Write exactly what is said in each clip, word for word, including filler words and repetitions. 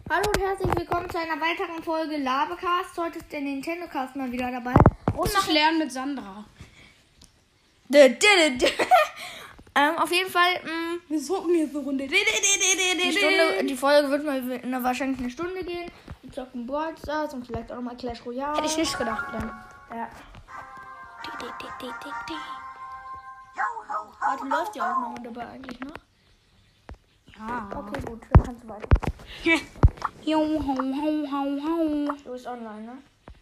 Hallo und herzlich willkommen zu einer weiteren Folge Labecast. Heute ist der Nintendo Cast mal wieder dabei. Russisch lernen mit Sandra. ähm, auf jeden Fall, mh, Wir zocken jetzt eine Runde. die, Stunde, die Folge wird mal eine, wahrscheinlich eine Stunde gehen. Wir zocken Brawl Stars und vielleicht auch nochmal Clash Royale. Hätte ich nicht gedacht, dann. Ja. Warte, läuft ja auch noch dabei eigentlich noch? Ja. Okay, gut, dann kannst du weiter. Jo, hau, hau, hau, hau. Du bist online, ne?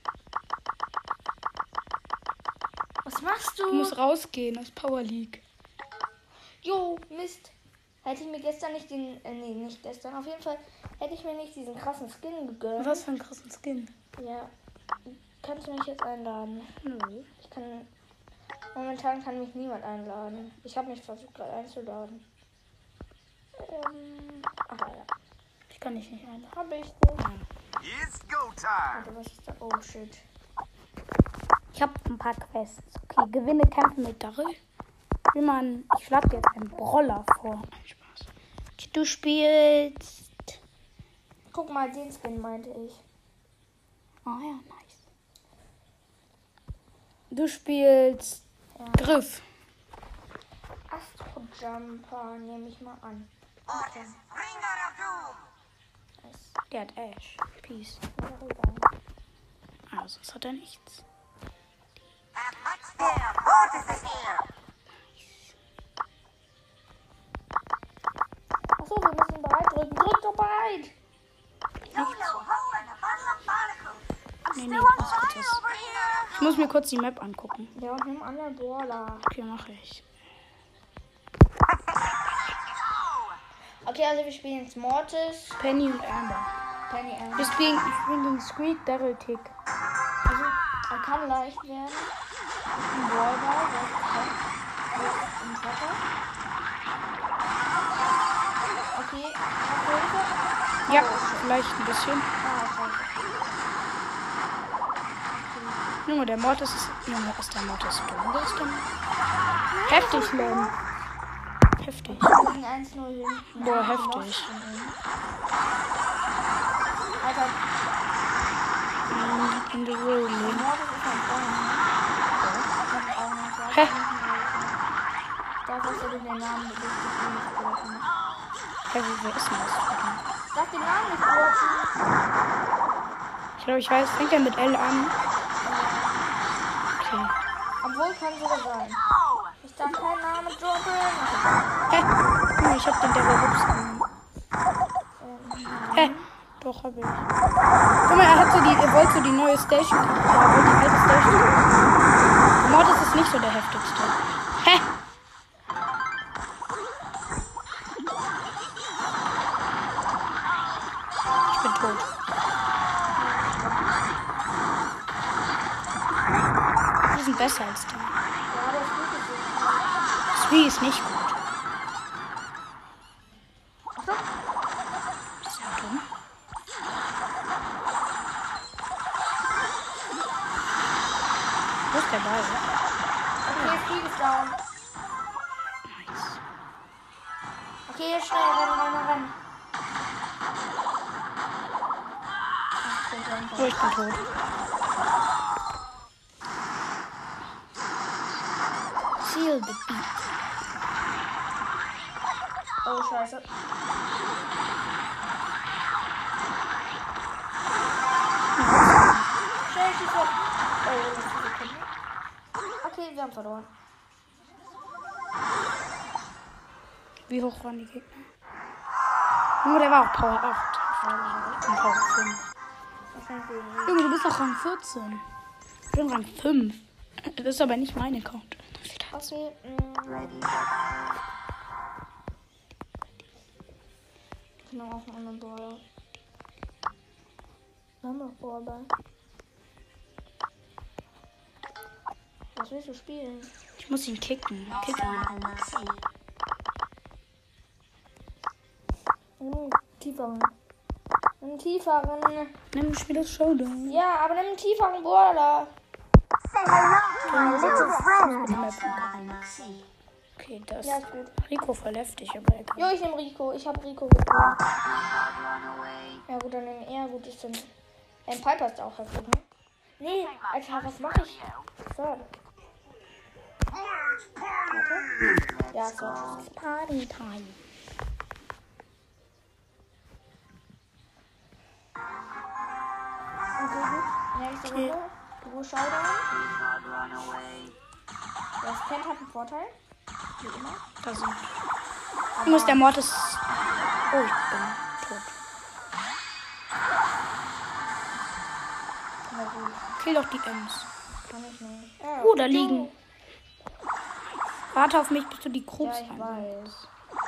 Was machst du? Ich muss rausgehen aus Power League. Jo, Mist. Hätte ich mir gestern nicht den, äh, nee, nicht gestern, auf jeden Fall hätte ich mir nicht diesen krassen Skin gegönnt. Was für ein krassen Skin. Ja. Kannst du mich jetzt einladen? Nö. Ich kann, momentan kann mich niemand einladen. Ich habe mich versucht gerade einzuladen. Ähm, ach ja. Ich kann dich nicht einladen. Hab ich nicht. It's go time. Warte, was ist da? Oh, shit. Ich habe ein paar Quests. Okay, gewinne Kämpfe mit Daryl. Wie man, ich schlage jetzt einen Brawler vor. Ein Spaß. Du spielst. Guck mal, den Skin meinte ich. Ah ja, nice. Du spielst Ja. Griff. Astro Jumper nehme ich mal an. Otis, Ringer of Doom. Nice. Der hat Ash. Peace. Ja, egal. Also, sonst hat er nichts. And what's there? Otis is here. Achso, wir müssen bereit drücken. Drück doch bereit! YOLO, hole and a bottle of barnacles. I'm Nee, still nee, on was fire geht das? over here. Ich muss mir kurz die Map angucken. Ja, und nimm anderen Brawler. Okay, mache ich. Okay, also wir spielen jetzt Mortis, Penny und Amber. Penny Wir Amber. spielen, ich spiele gegen Squeak, Daryl, Tick. Also, er kann leicht werden. Ein Brawler, der ist perfekt. Im Treffer. Okay, hast du Hilfe? Ja, vielleicht ein bisschen. Ah, scheiße. Junge, der Mortis ist. Junge, ist der Mortis dumm? Der ist dumm. Heftig, Lem. Heftig. Wir sind eins null hinten. Boah, Ja, heftig. lost von ihm. Alter, In the rolling. Mortis ist ein Freund, ne? Ja. Auch noch. Hä? Da hast du den Namen nicht gehört. Hä, wie, wer ist denn das? Sag den Namen nicht droppen. Ich glaube, ich weiß. Fängt er mit L an? Okay. Obwohl, kann sogar sein. Ich darf keinen Namen droppen. Hä? Junge, ich hab den Devil Hoops genommen. Hä? Doch, hab ich. Guck mal, er hat so die, er wollte so die neue Station. Er wollte die alte Station. Mortis ist nicht so der heftigste. Hä? Ich bin tot. Die sind besser als die. Ja, der ist gut. Sweet ist nicht gut. Achso. Ist ja dumm. Wo ist der Ball? Okay, Spiel ist down. Nice. Okay, jetzt schnell rennen, rennen, rennen. Oh, ich bin tot. Seal the beat. Oh, scheiße. Schnell, schieß weg. Oh, das ist okay. Okay, wir haben verloren. Wie hoch waren die Gegner? Junge, der war auch Power acht. Ich bin Power fünf. Junge, du bist doch Rang vierzehn. Ich bin Rang fünf. Das ist aber nicht mein Account. Okay, mh. Ich nehme auch einen anderen Brawler. Wir haben noch Brawler. Was willst du spielen? Ich muss ihn kicken. Kicken. Nimm einen tieferen. Nimm einen tieferen. Nimm Spiel das Showdown. Ja, aber nimm einen tieferen Brawler. Say hello to my little friend. Okay, das. Ja, ist gut. Rico voll heftig, aber egal. Jo, ich nehme Rico. Ich habe Rico geholt. Ja gut, dann nehmen er. Gut, ist dann... Ein Piper ist auch heftig, ne? Nee, Alter, was mache ich? So. Warte. Ja, so. Das ist Party Time. Okay, gut. Nächste Okay. Runde. Du Showdown. Das Ken hat einen Vorteil. Wie immer. Da sind. Ich muss der Mortis. Oh, ich bin tot. Na gut. Kill doch die Ems. Kann ich nicht. Ja, Oh, da du. liegen. Warte auf mich, bis du die Ja, Krux ich weiß.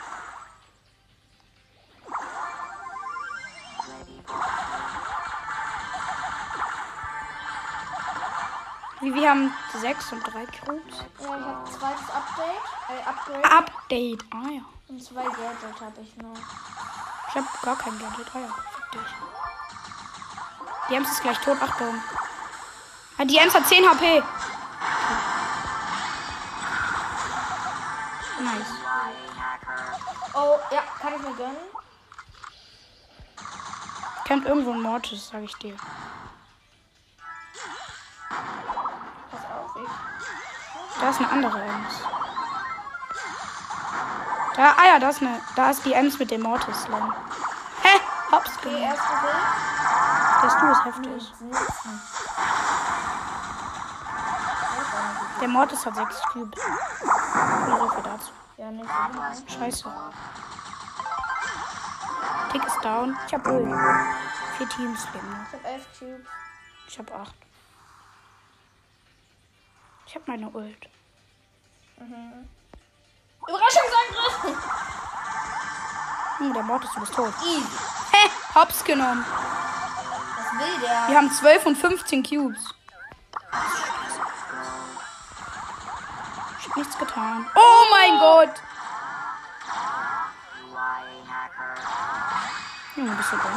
Wie, wir haben sechs und drei Krux. Ja, ich habe zweites Update. Äh, Upgrade. Update. Ah ja. Und zwei Gadgets habe ich noch. Ich hab gar kein Gadget. Ah ja, fick dich. Die Ems ist gleich tot. Achtung. Ah, die Ems hat zehn H P. Nice. Oh, ja, kann ich mir gönnen. Kennt irgendwo ein Mortis, sag ich dir. Pass auf, ich. Da ist eine andere Ems. Da, ah ja, da ist eine. Da ist die Ems mit dem Mortis. Lang. Hä? Hops. Okay, erste Bild. Das Du ist heftig. Der Mortis hat sechs Cubes. Nur so viel dazu. Ja, nicht so. Scheiße. Tick ist down. Ich hab Ult. Vier Teams leben noch. Ich habe elf Cubes. Ich hab acht. Ich hab meine Ult. Mhm. Überraschungsangriff! Hm, der Mortis, du bist tot. Easy. Hä? Hops genommen. Was will der? Wir haben zwölf und fünfzehn Cubes. Ich hab nichts getan. Oh mein Gott! Junge, bist du dumm?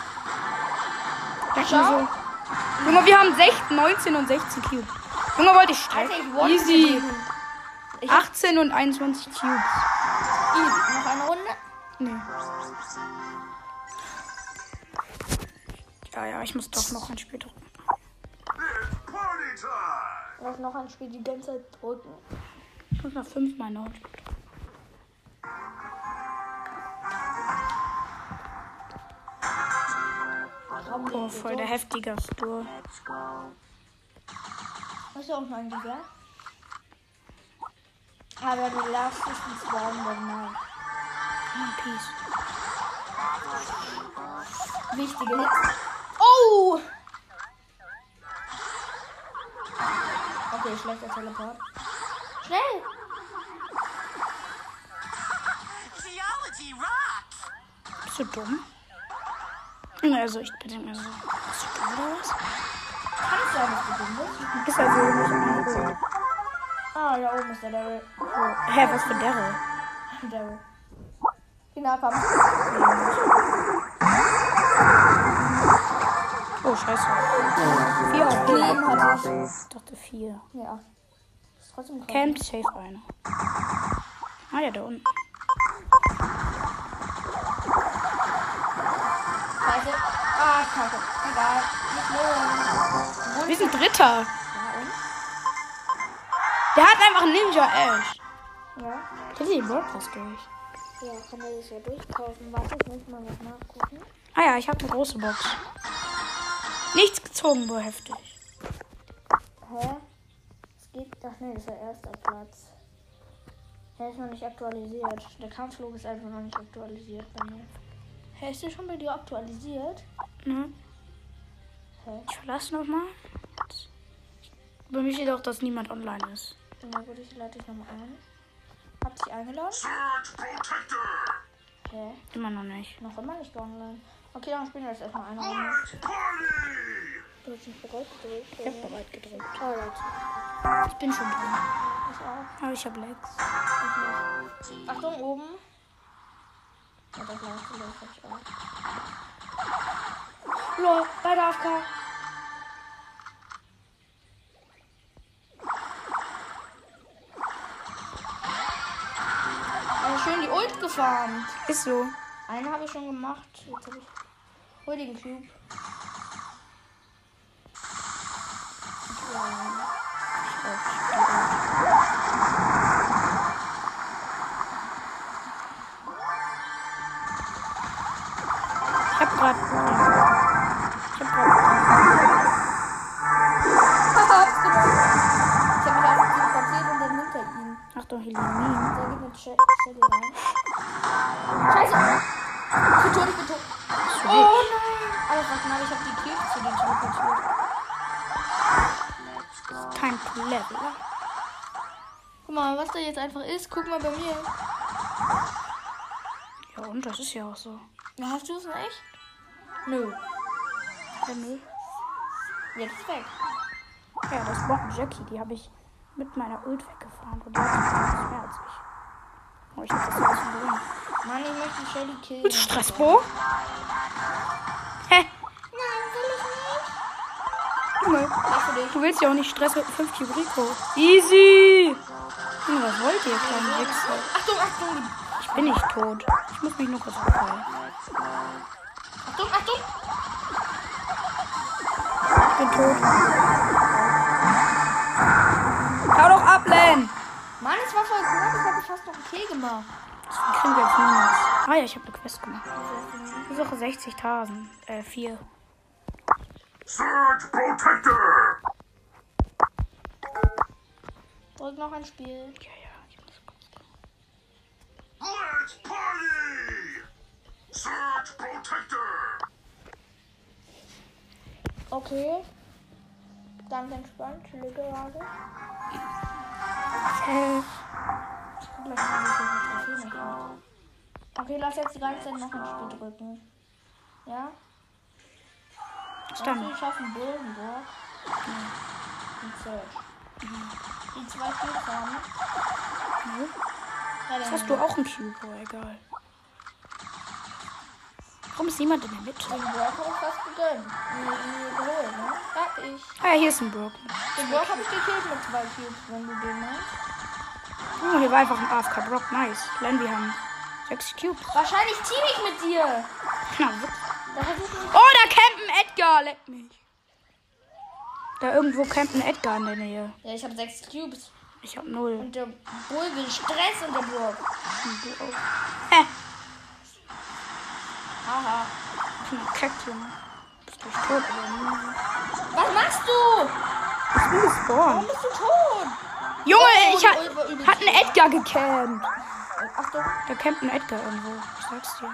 Denk mal so. Junge, wir haben sechzehn, neunzehn und sechzehn Cubes. Junge, wollte ich Alter, streiten. ich wollte Easy. den. Ich hab achtzehn und einundzwanzig Cubes. easy. Noch eine Runde? Nee. Ja, ja, ich muss doch noch ein Spiel drücken. Lass noch ein Spiel die ganze Zeit drücken. Ich muss noch fünfmal noch. Oh, voll der heftige Stur. Ist ja auch noch ein Gewehr. Aber du darfst nicht ins Baum, denn nein. Oh, Peace. Wichtige Hits. Oh! Okay, schlechter Teleport. Schnell! Geology rocks! Bist du dumm? Ja, also ich bin mir so. Bist du dumm oder was? Kann es sein, dass du dumm bist? Ist also nicht meine Schuld. Ah, da oben ist der Daryl. Oh. Hä, was für Daryl? Daryl. Wie nah kommst Oh, scheiße. Vier H P. Leben hatte ich. Ich dachte vier. Ja. Ist trotzdem krass. Camp safe eine. Ah ja, da unten. Scheiße. Ah, kacke. Egal. Nicht los. Wir sind Dritter. Ja, und? Der hat einfach Ninja Ash. Ja. Ich hätte den Broadcast durch. Ja, kann er das ja durchkaufen. Warte, ich muss mal was nachgucken. Ah ja, ich habe eine große Box. Nichts gezogen, nur heftig. Hä? Es geht. Ach nee, das ist der erste Platz. Er ist noch nicht aktualisiert. Der Kampfflug ist einfach noch nicht aktualisiert bei mir. Hä, ist der schon bei dir aktualisiert? Ne? Hä? Ich verlasse nochmal. Bei mir steht auch, dass niemand online ist. Na gut, ich lade dich nochmal ein. Hab dich eingeladen? Hä? Immer noch nicht. Noch immer nicht online. Okay, dann spielen wir jetzt erstmal eine Runde. Du hast nicht bereit gedrückt. Ich habe bereit gedrückt. Oh, Leute. Ich bin schon drin. Ich auch. Aber ich habe Legs. Ich nicht. Achtung, oben. Ja, das läuft, das läuft ich auch. Lol, bei der A F K. Also schön die Ult gefarmt. Ist so. Eine habe ich schon gemacht. Jetzt habe ich. Hol den Cube. Ich hab grad. Ich hab grad. Ich hab mich einfach teleportiert und dann hinter ihm. Achtung, Helimin. Der geht mit Shelly rein. Scheiße! Ich bin tot, ich bin tot. Oh nein! Aber was mal, ich hab die Cubes zu den teleportiert. Kein Level. Guck mal, was da jetzt einfach ist. Guck mal bei mir. Ja, und das ist ja auch so. Na, hast du es in echt? Nö. Ja, nö. Jetzt ist weg. Ja, das war Jackie. Die habe ich mit meiner Ult weggefahren. Und die hat nicht mehr als ich. Oh, ich hab das jetzt schon drin. Mann, ich möchte Shelly killen. Mit Stressbo? Hä? Nein, will ich nicht. Junge, Was für dich? du willst ja auch nicht Stress mit dem fünf Cube Rico. Easy! Junge, was wollt ihr, kleinen Wichser? Achtung, Achtung. Ich bin nicht tot. Ich muss mich nur kurz abfallen. Achtung, Achtung. Ich bin tot. Hau doch ab, Len! Mann, es war voll knapp. Ich habe fast noch einen Kill gemacht. Deswegen kriegen wir jetzt Minus. Ah ja, ich habe eine Quest gemacht. Versuche sechzigtausend. Äh, vier. Surge Protector! Drück noch ein Spiel. Ja, ja, ich muss kurz. Let's party! Surge Protector! Okay. Ganz entspannt. Chill gerade. Äh, Ich guck gleich mal, wie viel ich noch. Okay, lass jetzt die ganze Zeit noch ein Spiel drücken. Ja? was Und dann? wir schaffen Bullenburg. Und Search. Die zwei Cubes haben. Nö. Ja, Jetzt den hast du auch einen Cube, oh, egal. Warum ist niemand in der Mitte? Den Burg habe ich fast gegönnt. Nee, nee, geholt, ne? Ja, ich. Ah ja, hier ist ein Brock. Den Burg habe ich gekillt mit zwei Cubes, wenn du den meinst. Oh, hier war einfach ein A F K Brock. Nice. Len, wir haben sechs Cubes. Wahrscheinlich team ich mit dir. Na, wirklich. Da versuch ich Oh, da campt ein Edgar. Leck mich. Da irgendwo campt ein Edgar in der Nähe. Ja, ich habe sechs Cubes. Ich hab null. Und der Bull will Stress und der Burg. Und du auch. Hä? Haha. Ich bin gekackt, Junge. Bist du tot oder nicht? Was machst du? Ich bin Warum gespawnt. bist du tot? Junge, Oh, ich die hat, Ult war übel hat einen schlecht. Edgar gecampt. Achtung. Da campt ein Edgar irgendwo. Ich sag's dir.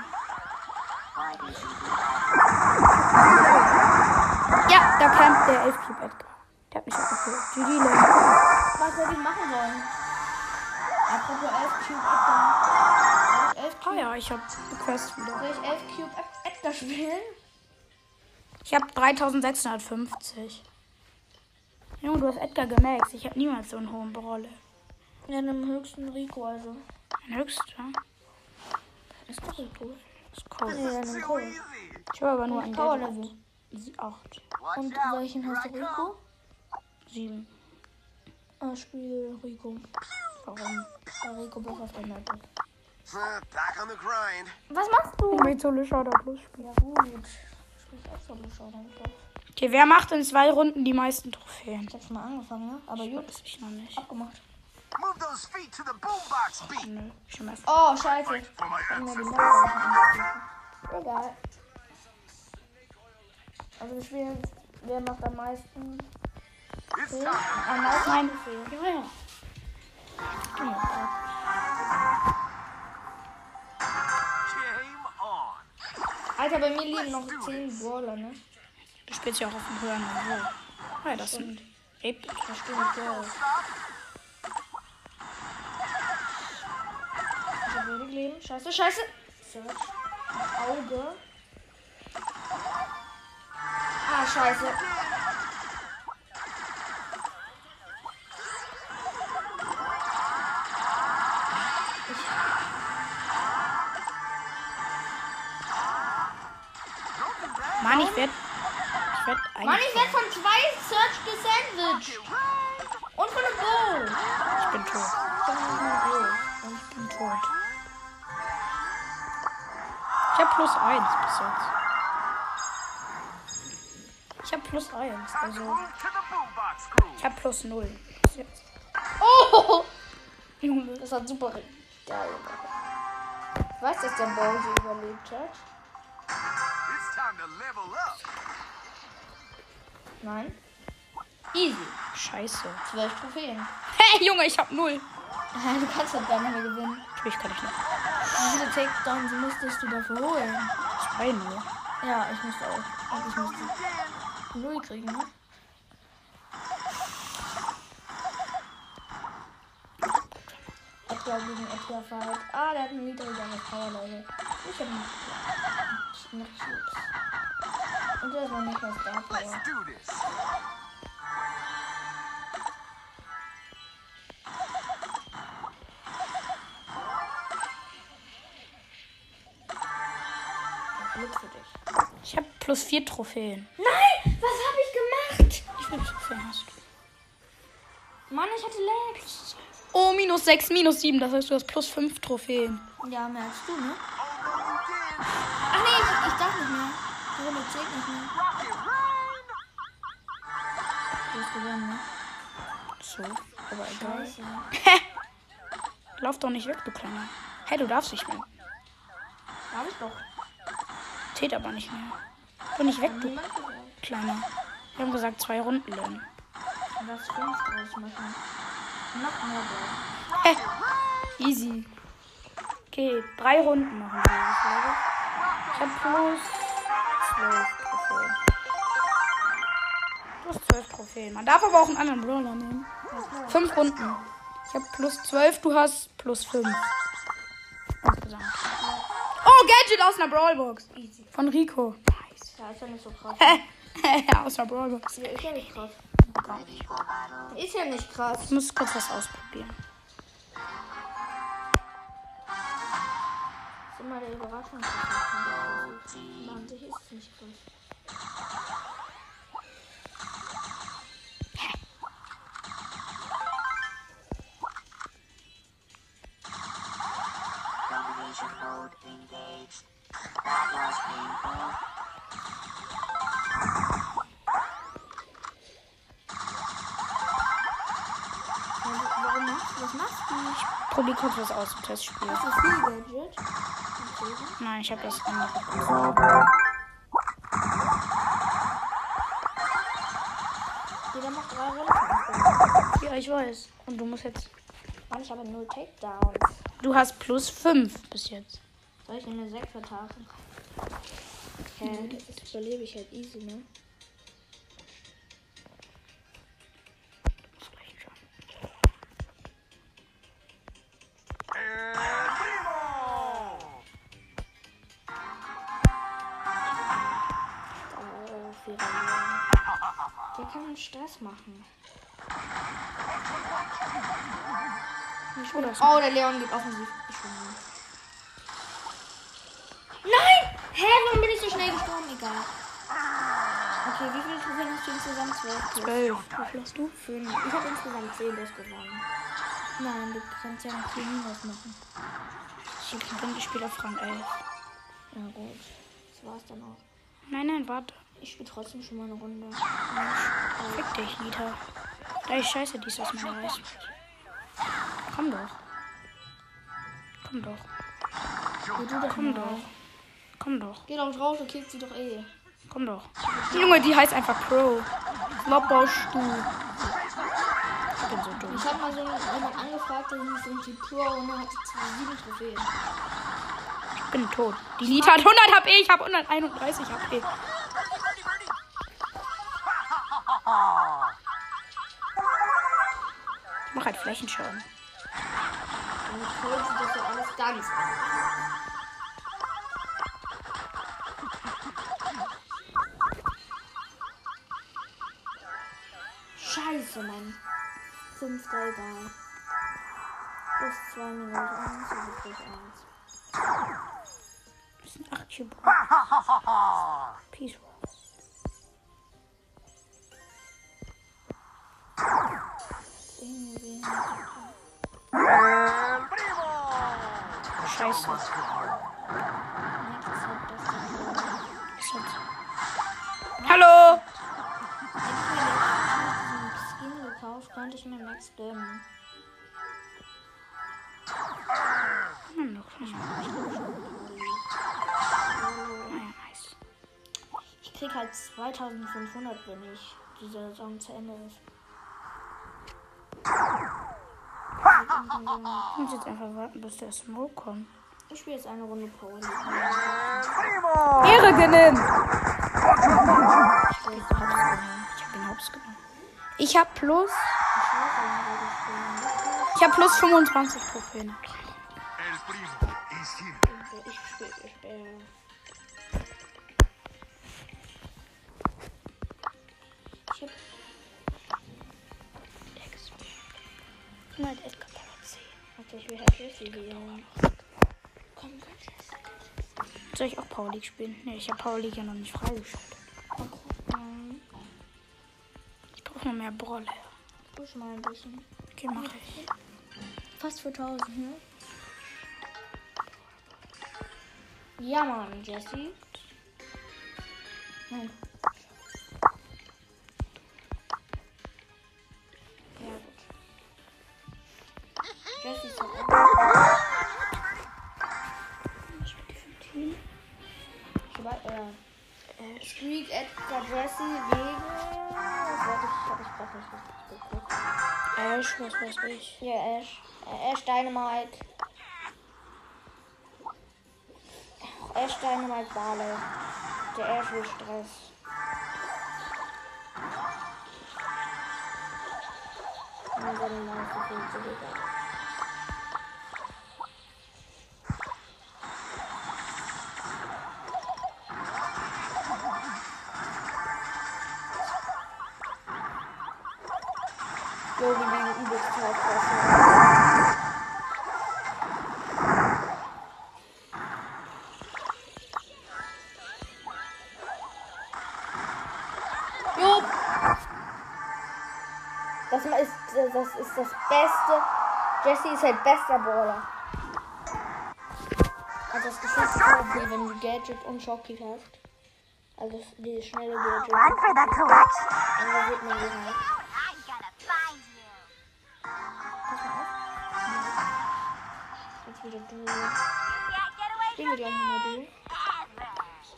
Ja, da campt der elf Cube Edgar. Der hat mich abgekillt. G G, Len. Was soll ich machen sollen? Apropos elf Cube Edgar. Soll ich elf Ah Cube, ja, ich hab eine Quest wieder. soll ich elf Cube Ed- Edgar spielen? Ich hab dreitausendsechshundertfünfzig. Junge, du hast Edgar gemaxt. Ich hab niemals so einen hohen Brolle. Ja, im höchsten Rico, also. Ein höchster. Ist doch Rico. Das ist cool. Ja, einen Too Cold. easy! Ich habe aber nur ein Power Level. Level. acht. Watch Und out! welchen hast du, Here I Rico? sieben. Ah, spiel Rico. Warum? Weil Rico besser auf der Map ist. come. Uh, back on the grind. Was machst du? Ich will Solo Showdown Plus spielen. Ja, gut. Ich will auch so schauen. Okay, wer macht in zwei Runden die meisten Trophäen? Ich hab schon mal angefangen, ne? Aber gut. Weiß ich noch nicht. Abgemacht. Move those feet to the boombox beat. Nö, ich schmeiß. Oh, scheiße. For my Ich hab mir die ancestors. Map Egal. Also wir spielen, wer macht am meisten? It's Kill? time. Am meisten Nein. Trophäen. Ja, ja. Game on. Alter, bei mir liegen noch zehn Brawler, ne? Du spielst ja auch auf dem höheren Niveau. Ah ja, das sind Epic. Das stimmt, Geld. Ich hab wenig Leben. Scheiße, scheiße. Search. Auge. Ah, scheiße. Mann, ich werd. Ich werd Mann, eigentlich. ich werde von zwei Search gesandwiched. Und von einem Bull. Ich bin tot. Von einem Bull. Ich bin tot. Ich hab plus eins bis jetzt. habe plus eins. Also, Move to the boombox groove. ich habe plus null. Bis jetzt. Oh! Junge. Das hat super geil. Ich weiß, dass der Bowser überlebt hat. It's time to level up. Nein. Easy. Scheiße. Zwölf Trophäen. Hey, Junge, ich hab null. Du kannst halt gar nicht mehr gewinnen. Natürlich kann ich nicht. Wie viele Takedowns musstest du dafür holen? Zwei nur. Ja, ich musste auch. Und ich musste null kriegen, ne? Edgar gegen Edgar Fight. Ah, der hat einen niedrigeren Power Level. Ich hab noch Chips. Und der ist noch nicht mehr Star Power. Let's do this. Glück für dich. Ich hab plus vier Trophäen. Nein! Was habe ich gemacht? Wie viele Trophäen hast du? Mann, ich hatte Lags. Oh, minus sechs, minus sieben. Das heißt, du hast plus fünf Trophäen. Ja, mehr als du, ne? Although you did, Ach nee, ich, ich darf nicht mehr. Die Runde zählt nicht mehr. rocket run. Du hast gewonnen, ne? So, aber egal. Scheiße. Hä? Lauf doch nicht weg, du Kleiner. Hey, du darfst nicht mehr. Darf ich doch. Zählt aber nicht mehr. Doch nicht weg, du Niemand gesagt. Kleiner. Wir haben gesagt, zwei Runden lang. Und das fünf draus machen. Noch mehr drauf. Hä? Easy. Okay, drei Runden machen wir jetzt, glaube ich. Ich hab plus zwölf Trophäen. Plus zwölf Trophäen. Man darf aber auch einen anderen Brawler nehmen. Fünf Runden. Ich hab plus zwölf, du hast plus fünf. Insgesamt. Oh, Gadget aus einer Brawlbox. Easy. Von Rico. Nice. Ja, ist ja nicht so krass. Aus einer Brawlbox. Der ist ja nicht krass. Der ist ja nicht krass. Ich muss kurz was ausprobieren. Das ist immer der Überraschung. Aber an sich ist es nicht krass. Combination mode engaged. That was painful. Warum machst du? Was machst du? Ich probiere kurz was aus im Testspiel. Hast du viel Gadget? Okay. Nein, ich habe das andere. Jeder macht drei Runden. Ja, ich weiß. Und du musst jetzt. Mann, ich habe null Takedowns. Du hast plus fünf bis jetzt. Soll ich eine sechs vertagen? Hä? Das überlebe ich halt easy, ne? And Primo. Oh, viel Leon. Der kann einen Stress machen. Ich will das. Oh, der Leon geht offensiv. Ich schon mal. Nein! Hä, warum bin ich so schnell gestorben? Egal. Okay, wie viele Trophäen hast du insgesamt? Zwölf. Zwölf. Wie viel hast du? Fünf. Ich habe insgesamt zehn durchgewonnen. Nein, du kannst ja noch viel Minus machen. Ich bin ich spiele auf Rang elf. Ja gut. Das war's dann auch. Nein, nein, warte. Ich spiele trotzdem schon mal eine Runde. Fick dich, Nita. Da ich scheiße dies aus meiner Reis. Komm doch. Komm doch. Geh du doch Komm mal. doch. Komm doch. Geh doch raus, du killst sie doch eh. Komm doch. Junge, die heißt einfach Pro. Lobbaust du. Ich bin so dumm. Ich habe mal so jemand angefragt, der hieß irgendwie Pro und er hatte sieben Trophäen. Ich bin tot. Die Nita hat hundert H P, ich habe hunderteinunddreißig H P. Ich mach halt Flächenschaden. Und ich holt sie das ja alles ganz an. Scheiße, Mann. Fünfter egal. Plus zwei minus eins, also plus eins. Das sind acht Cube. Peace. Zehn Juwelen. And Primo. Scheiße. Max hat das. Was jetzt? Hallo! könnte ich mir Max gönnen. Hm, noch nicht. Naja, nice. Ich krieg halt zweitausendfünfhundert, wenn ich diese Saison zu Ende ist. Ich muss jetzt einfach warten, bis der Smoke kommt. Ich spiele jetzt eine Runde Pauli. Primo! Ehre gewinnen! Ich will jetzt Hops gewinnen. Ich hab ihn Hops genommen. Ich hab plus. Ich hab plus fünfundzwanzig Trophäen. El Primo is here. Ich spiele, ich spiele. Ich hab. Nein, Edgar Palazzi. Warte, ich will halt Jessie wählen. Komm, komm, Jessie. Soll ich auch Power League spielen? Ne, ich habe Power League ja noch nicht freigeschaltet. Okay. Ich brauche noch mehr Brawler. Push mal ein bisschen. Okay, mach ich. Fast viertausend, ne? Ja, Mann, Jessie. Nein. Ja, gut. Jessie ist auch. Ich bin für ein Team. Ich weiß, äh, Streak Edgar Jessie wegen. Was wollte ich? Hab ich grad nicht richtig geguckt. Ash, was weiß ich. Hier, Ash. Äh, Ash Dynamite. Ash Dynamite Barley. Der Ash will Stress. Und seine Leiste viel zu egal. Jo, wir liegen übelst Zeitfresser. Jo! Das ist, das ist das Beste. Jessie ist halt bester Brawler. Also das Geschütz ist wenn du Gadget und Shocky hast. Also die schnelle Gadget. Run for the collection. Und dann wird man den halt. I'm gonna find you. Pass mal auf. Jetzt wieder du. You can't get away Spielen wir gleich nochmal du. ever.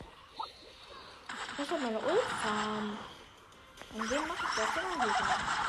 Ich hab meine Ult farm. Und den mach ich das dann wieder.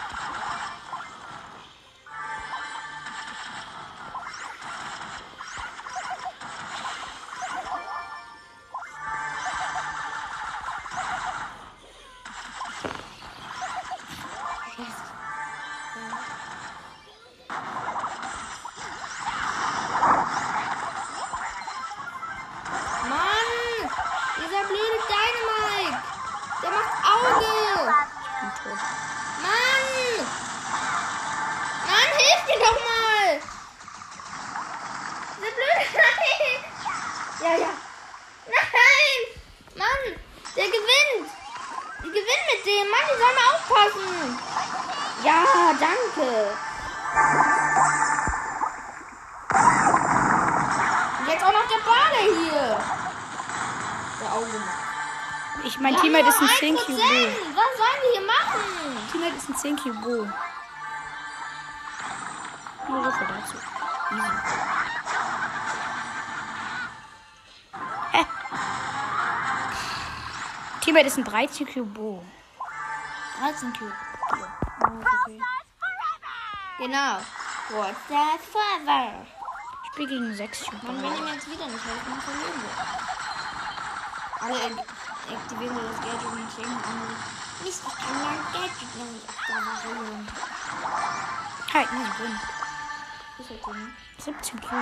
Mann! Dieser blöde Dynamite! Der macht Auge! Mann! Mann, hilf dir doch mal! Dieser blöde Nein! Ja, ja. Nein! Mann! Der gewinnt! Die gewinnen mit dem! Mann, die sollen mal aufpassen! Ja, danke! Und jetzt auch noch der Bade hier! Der Auge macht. Ich, mein Ja, Teammate nur ist ein ein zehn Prozent. Cube. Was sollen wir hier machen? Teammate ist ein zehn Cube. Nur so viel dazu. Easy. Hä? Teammate ist ein dreizehn Cube. dreizehn Cube. Okay. Genau. What's that forever? Ich spiele gegen sechs Cube. Man will ihm jetzt wieder nicht helfen, dann verlieren wir. Alle ak- aktivieren wir das Gadget und schicken andere. Mist, ich kann mein Gadget noch nicht aktivieren. Halt, easy win. Ist halt drin. siebzehn Cubes.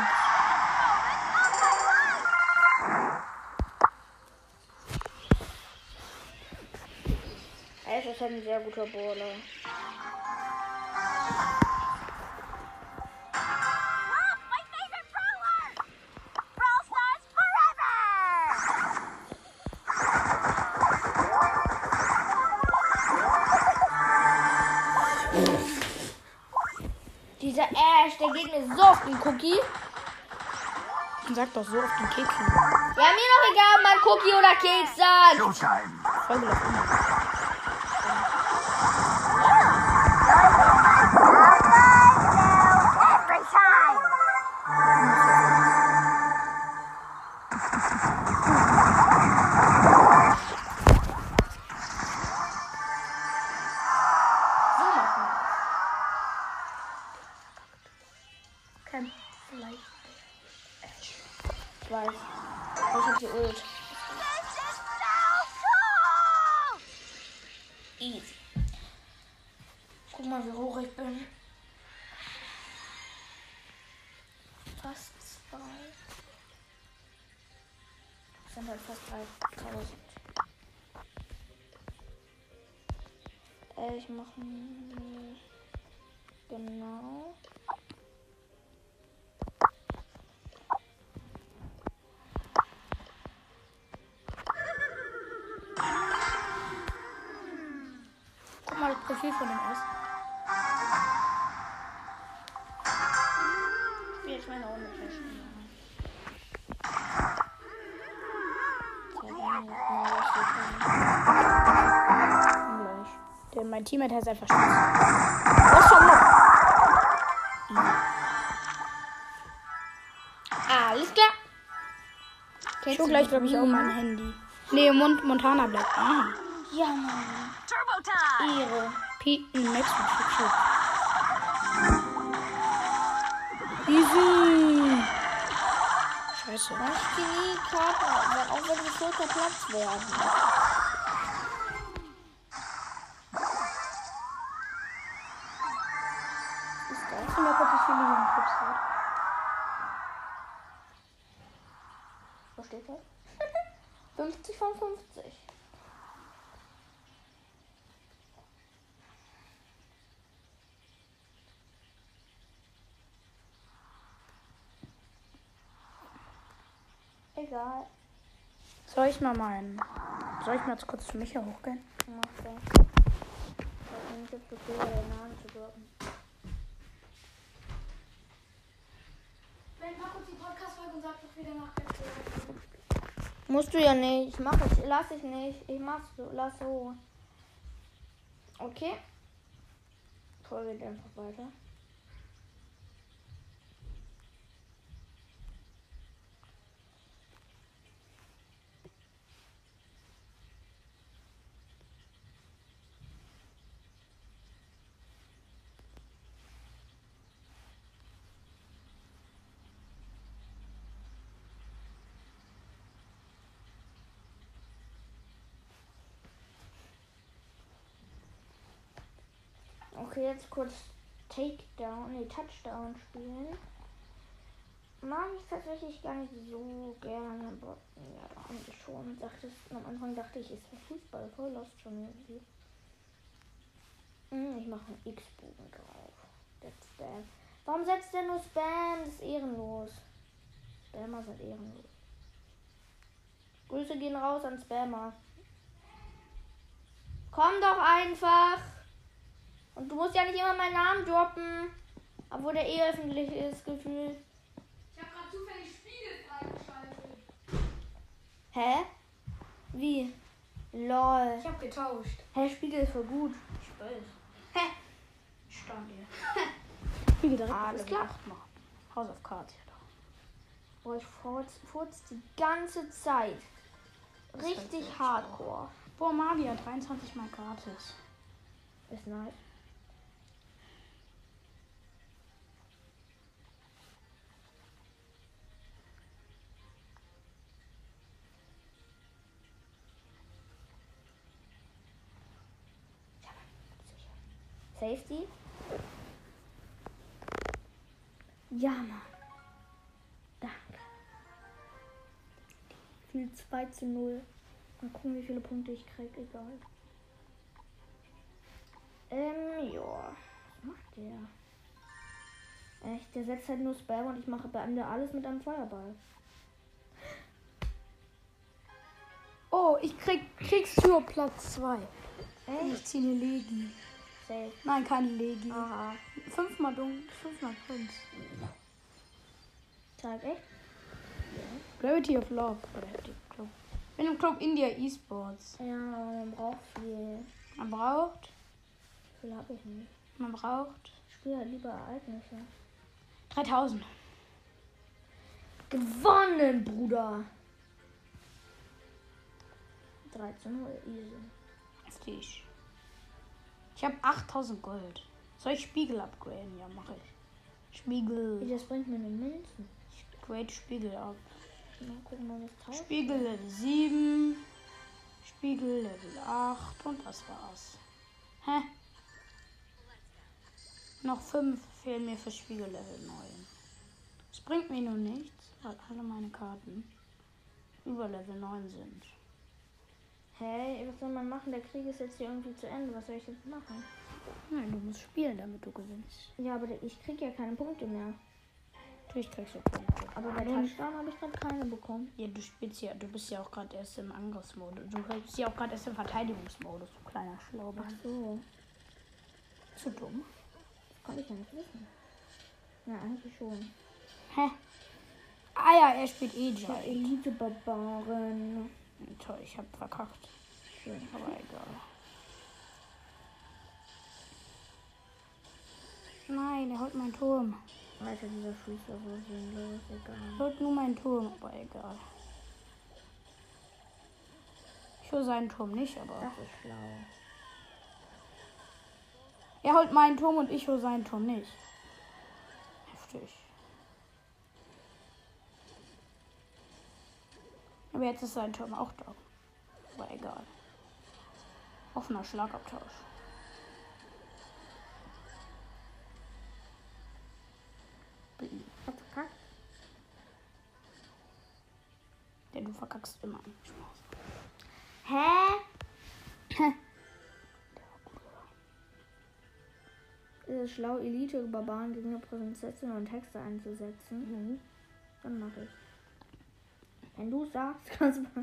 Ash ist halt ein sehr guter Brawler. Look, my favorite brawler. Brawl Stars forever. Dieser Ash, der geht mir so auf den Cookie. Sag doch so auf den Keks. Ja, mir doch egal, mal Cookie oder Keks sagt. Showtime. Folge doch immer. Easy. Guck mal, wie hoch ich bin. Fast zwei. Das sind halt fast dreitausend. Äh, ich mache genau. Guck mal das Profil von dem aus. Ich spiele jetzt meine Runde Clash Royale. Der, mein Teammate hat einfach Spaß. Was schon noch? Alles klar. Ich hole gleich, glaube ich, auch mein Handy. Nee, Mont Montana bleibt. Ah. Ja, Mann. Turbo time! Ehre. Peten Max mit Schutzschutz. Easy. Scheiße. Manche nie Karten, weil auch wenn wir vierter Platz werden. Ist das? Ich mal kurz, wie viele hier im Club sind. Wo steht das? fünfzig von fünfzig. Egal. Soll ich mal meinen. Soll ich mal jetzt kurz zu Micha hochgehen? Mach das. Ich weiß nicht, ob du okay wäre, den Namen zu droppen. Wenn Marco die Podcast-Folge und sagt doch wieder nach der Musst du ja nicht. Ich mach es. Lass ich nicht. Ich mach's so. Lass so. Okay. Folge geht einfach weiter. Okay, jetzt kurz Takedown, nee, Touchdown spielen. Mag ich tatsächlich gar nicht so gerne, aber ja, doch eigentlich schon. Dachte, am Anfang dachte ich, ist ja Fußball, voll lost schon irgendwie. Hm, ich mache einen X-Bogen drauf. Der Spam. Warum setzt der nur Spam? Das ist ehrenlos. Spammer sind ehrenlos. Grüße gehen raus an Spammer. Komm doch einfach! Und du musst ja nicht immer meinen Namen droppen. Obwohl der eh öffentlich ist, gefühlt. Ich habe gerade zufällig Spiegel freigeschaltet. Hä? Wie? Lol. Ich habe getauscht. Hä, Spiegel ist voll gut. Ich weiß. Hä? Stand hier. Spiegel direkt. Alles klar. acht machen. House of Cards. Boah, ich furz, furz die ganze Zeit. Richtig echt hardcore. Boah, Magia, dreiundzwanzig mal gratis. Ist nice. Safety. Ja, Mann. Danke. Viel zwei zu null. Mal gucken, wie viele Punkte ich krieg. Egal. Ähm, ja. Was macht der? Echt, der setzt halt nur Spam und ich mache beende alles mit einem Feuerball. Oh, ich krieg Kriegstür Platz zwei. Echt? Ich ziehe eine Legi. Safe. Nein, keine Legi. Aha. Fünfmal Dunk, fünfmal Prinz. Sag echt? Gravity of Love. Oder die Club. Ich bin im Club India Esports. Ja, man braucht viel. Man braucht. Viel habe ich nicht. Man braucht. Ich spiele halt lieber Ereignisse. dreitausend. Gewonnen, Bruder! drei zu null, easy. Heftig. Ich habe achttausend Gold. Soll ich Spiegel upgraden? Ja, mache ich. Spiegel. Wie, das bringt mir nur Münzen. Ich grade Spiegel ab. Na, gucken wir, was tauscht. Spiegel Level sieben. Spiegel Level acht. Und das war's. Hä? Noch fünf fehlen mir für Spiegellevel neun. Das bringt mir nur nichts, weil alle meine Karten über Level neun sind. Hey, was soll man machen? Der Krieg ist jetzt hier irgendwie zu Ende. Was soll ich jetzt machen? Nein, du musst spielen, damit du gewinnst. Ja, aber ich krieg ja keine Punkte mehr. Natürlich kriegst du Punkte. Aber bei Touchdown habe ich gerade keine bekommen. Ja, du spielst ja, du bist ja auch gerade erst im Angriffsmodus. Du bist ja auch gerade erst im Verteidigungsmodus, du kleiner Schlauber. Ach so, Zu dumm. das konnte ich ja nicht wissen. Ja, eigentlich schon. Hä? Ah ja, er spielt eh Ich hab Giant. Elite-Barbaren. Toll, ich hab verkackt. Schön. Aber egal. Nein, er holt meinen Turm. Alter, dieser Freeze war so sinnlos. Egal. Er holt nur meinen Turm, aber egal. Ich hole seinen Turm nicht, aber. Das ist schlau. Er holt meinen Turm und ich hole seinen Turm nicht. Heftig. Aber jetzt ist sein Turm auch da. Aber egal. Offener Schlagabtausch. Hat verkackt? Denn du verkackst immer. Hä? Ist es schlau, Elite-Barbaren gegen Prinzessin und Hexe einzusetzen? Mhm. Dann mache ich. Wenn du sagst, kannst du mal.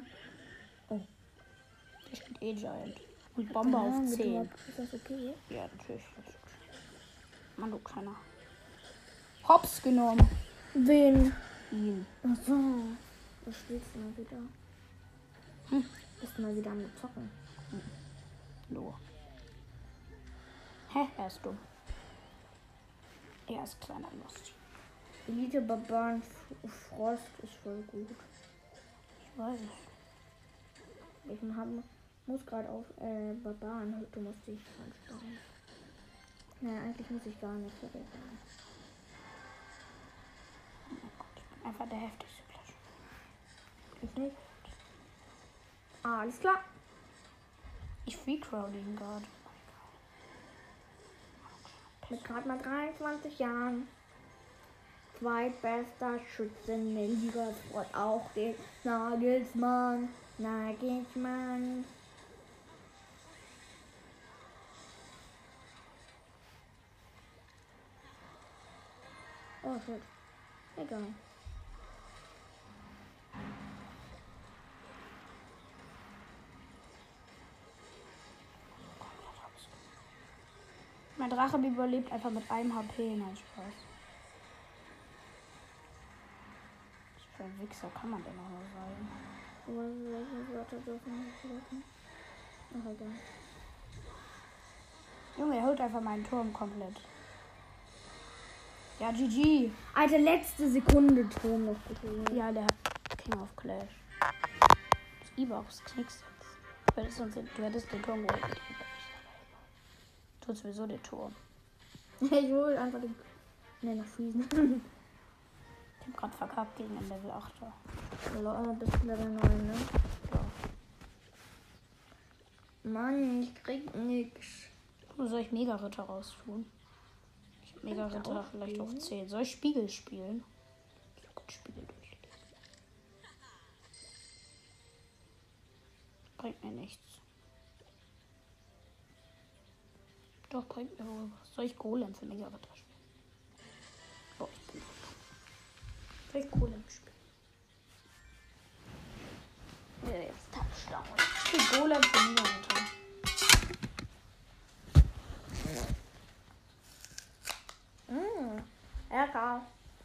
Der spielt eh Giant. Und Bombe Ah, auf mit zehn. Rob. Ist das okay? Ja, natürlich. Das ist okay. Mann, du kleiner. Hops genommen. Wen? Ihn. Ach so. Was spielst du mal wieder? Hm. Bist du mal wieder am Zocken? So. Hä? Er ist dumm. Er ist kleiner Lust. Elite-Barbaren F- Frost ist voll gut. Ich weiß. Ich hab, muss gerade auf äh, Barbaren. Du musst dich anschauen. Naja, eigentlich muss ich gar nicht vergessen. Einfach der heftigste Clash. Ich nicht. Ah, alles klar. Ich free crowd ihn gerade. Mit gerade mal dreiundzwanzig Jahren. Zweitbester Schütze in der Liga. Freut auch den Nagelsmann. Nagelsmann. Oh shit. Egal. Mein Drache überlebt einfach mit einem H P. Nein, Spaß. Was für ein Wichser kann man denn noch mal sein? Welche Wörter dürfen nicht dürfen? Ach, egal. Junge, er holt einfach meinen Turm komplett. Ja, G G. Alter, letzte Sekunde Turm noch geholt. Ja, der hat King of Clash. Das E-Box knickst jetzt. Du hättest, uns den, du hättest den Turm geholt. Tut sowieso den Turm. Ich hol einfach den. Ne, nach Friesen. Ich hab grad verkackt gegen den Level achter. Lol, bist du Level neun, ne? Ja. Mann, ich krieg nix. Wo soll ich Mega-Ritter raus tun? Ich hab Mega-Ritter auch vielleicht auf spielen. zehn. Soll ich Spiegel spielen? Ich kann Spiegel durchlesen. Bringt mir nichts. Doch, bringt mir wohl was. Soll ich Golem für Mega-Ritter spielen? Oh, ich bin. Soll ich Golem spielen? Ja, jetzt Touchdown. Ich spiel Golem für Mega-Ritter. Mmh, lecker.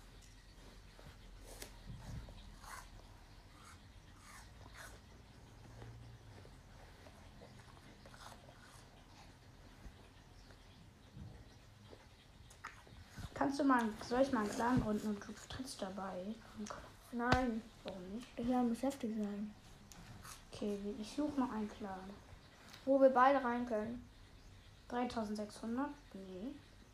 Kannst du mal, soll ich mal einen Clan gründen und du trittst dabei? Nein, Warum nicht? ich will muss heftig sein. Okay, ich suche noch einen Clan. Wo wir beide rein können. dreitausendsechshundert? Nee.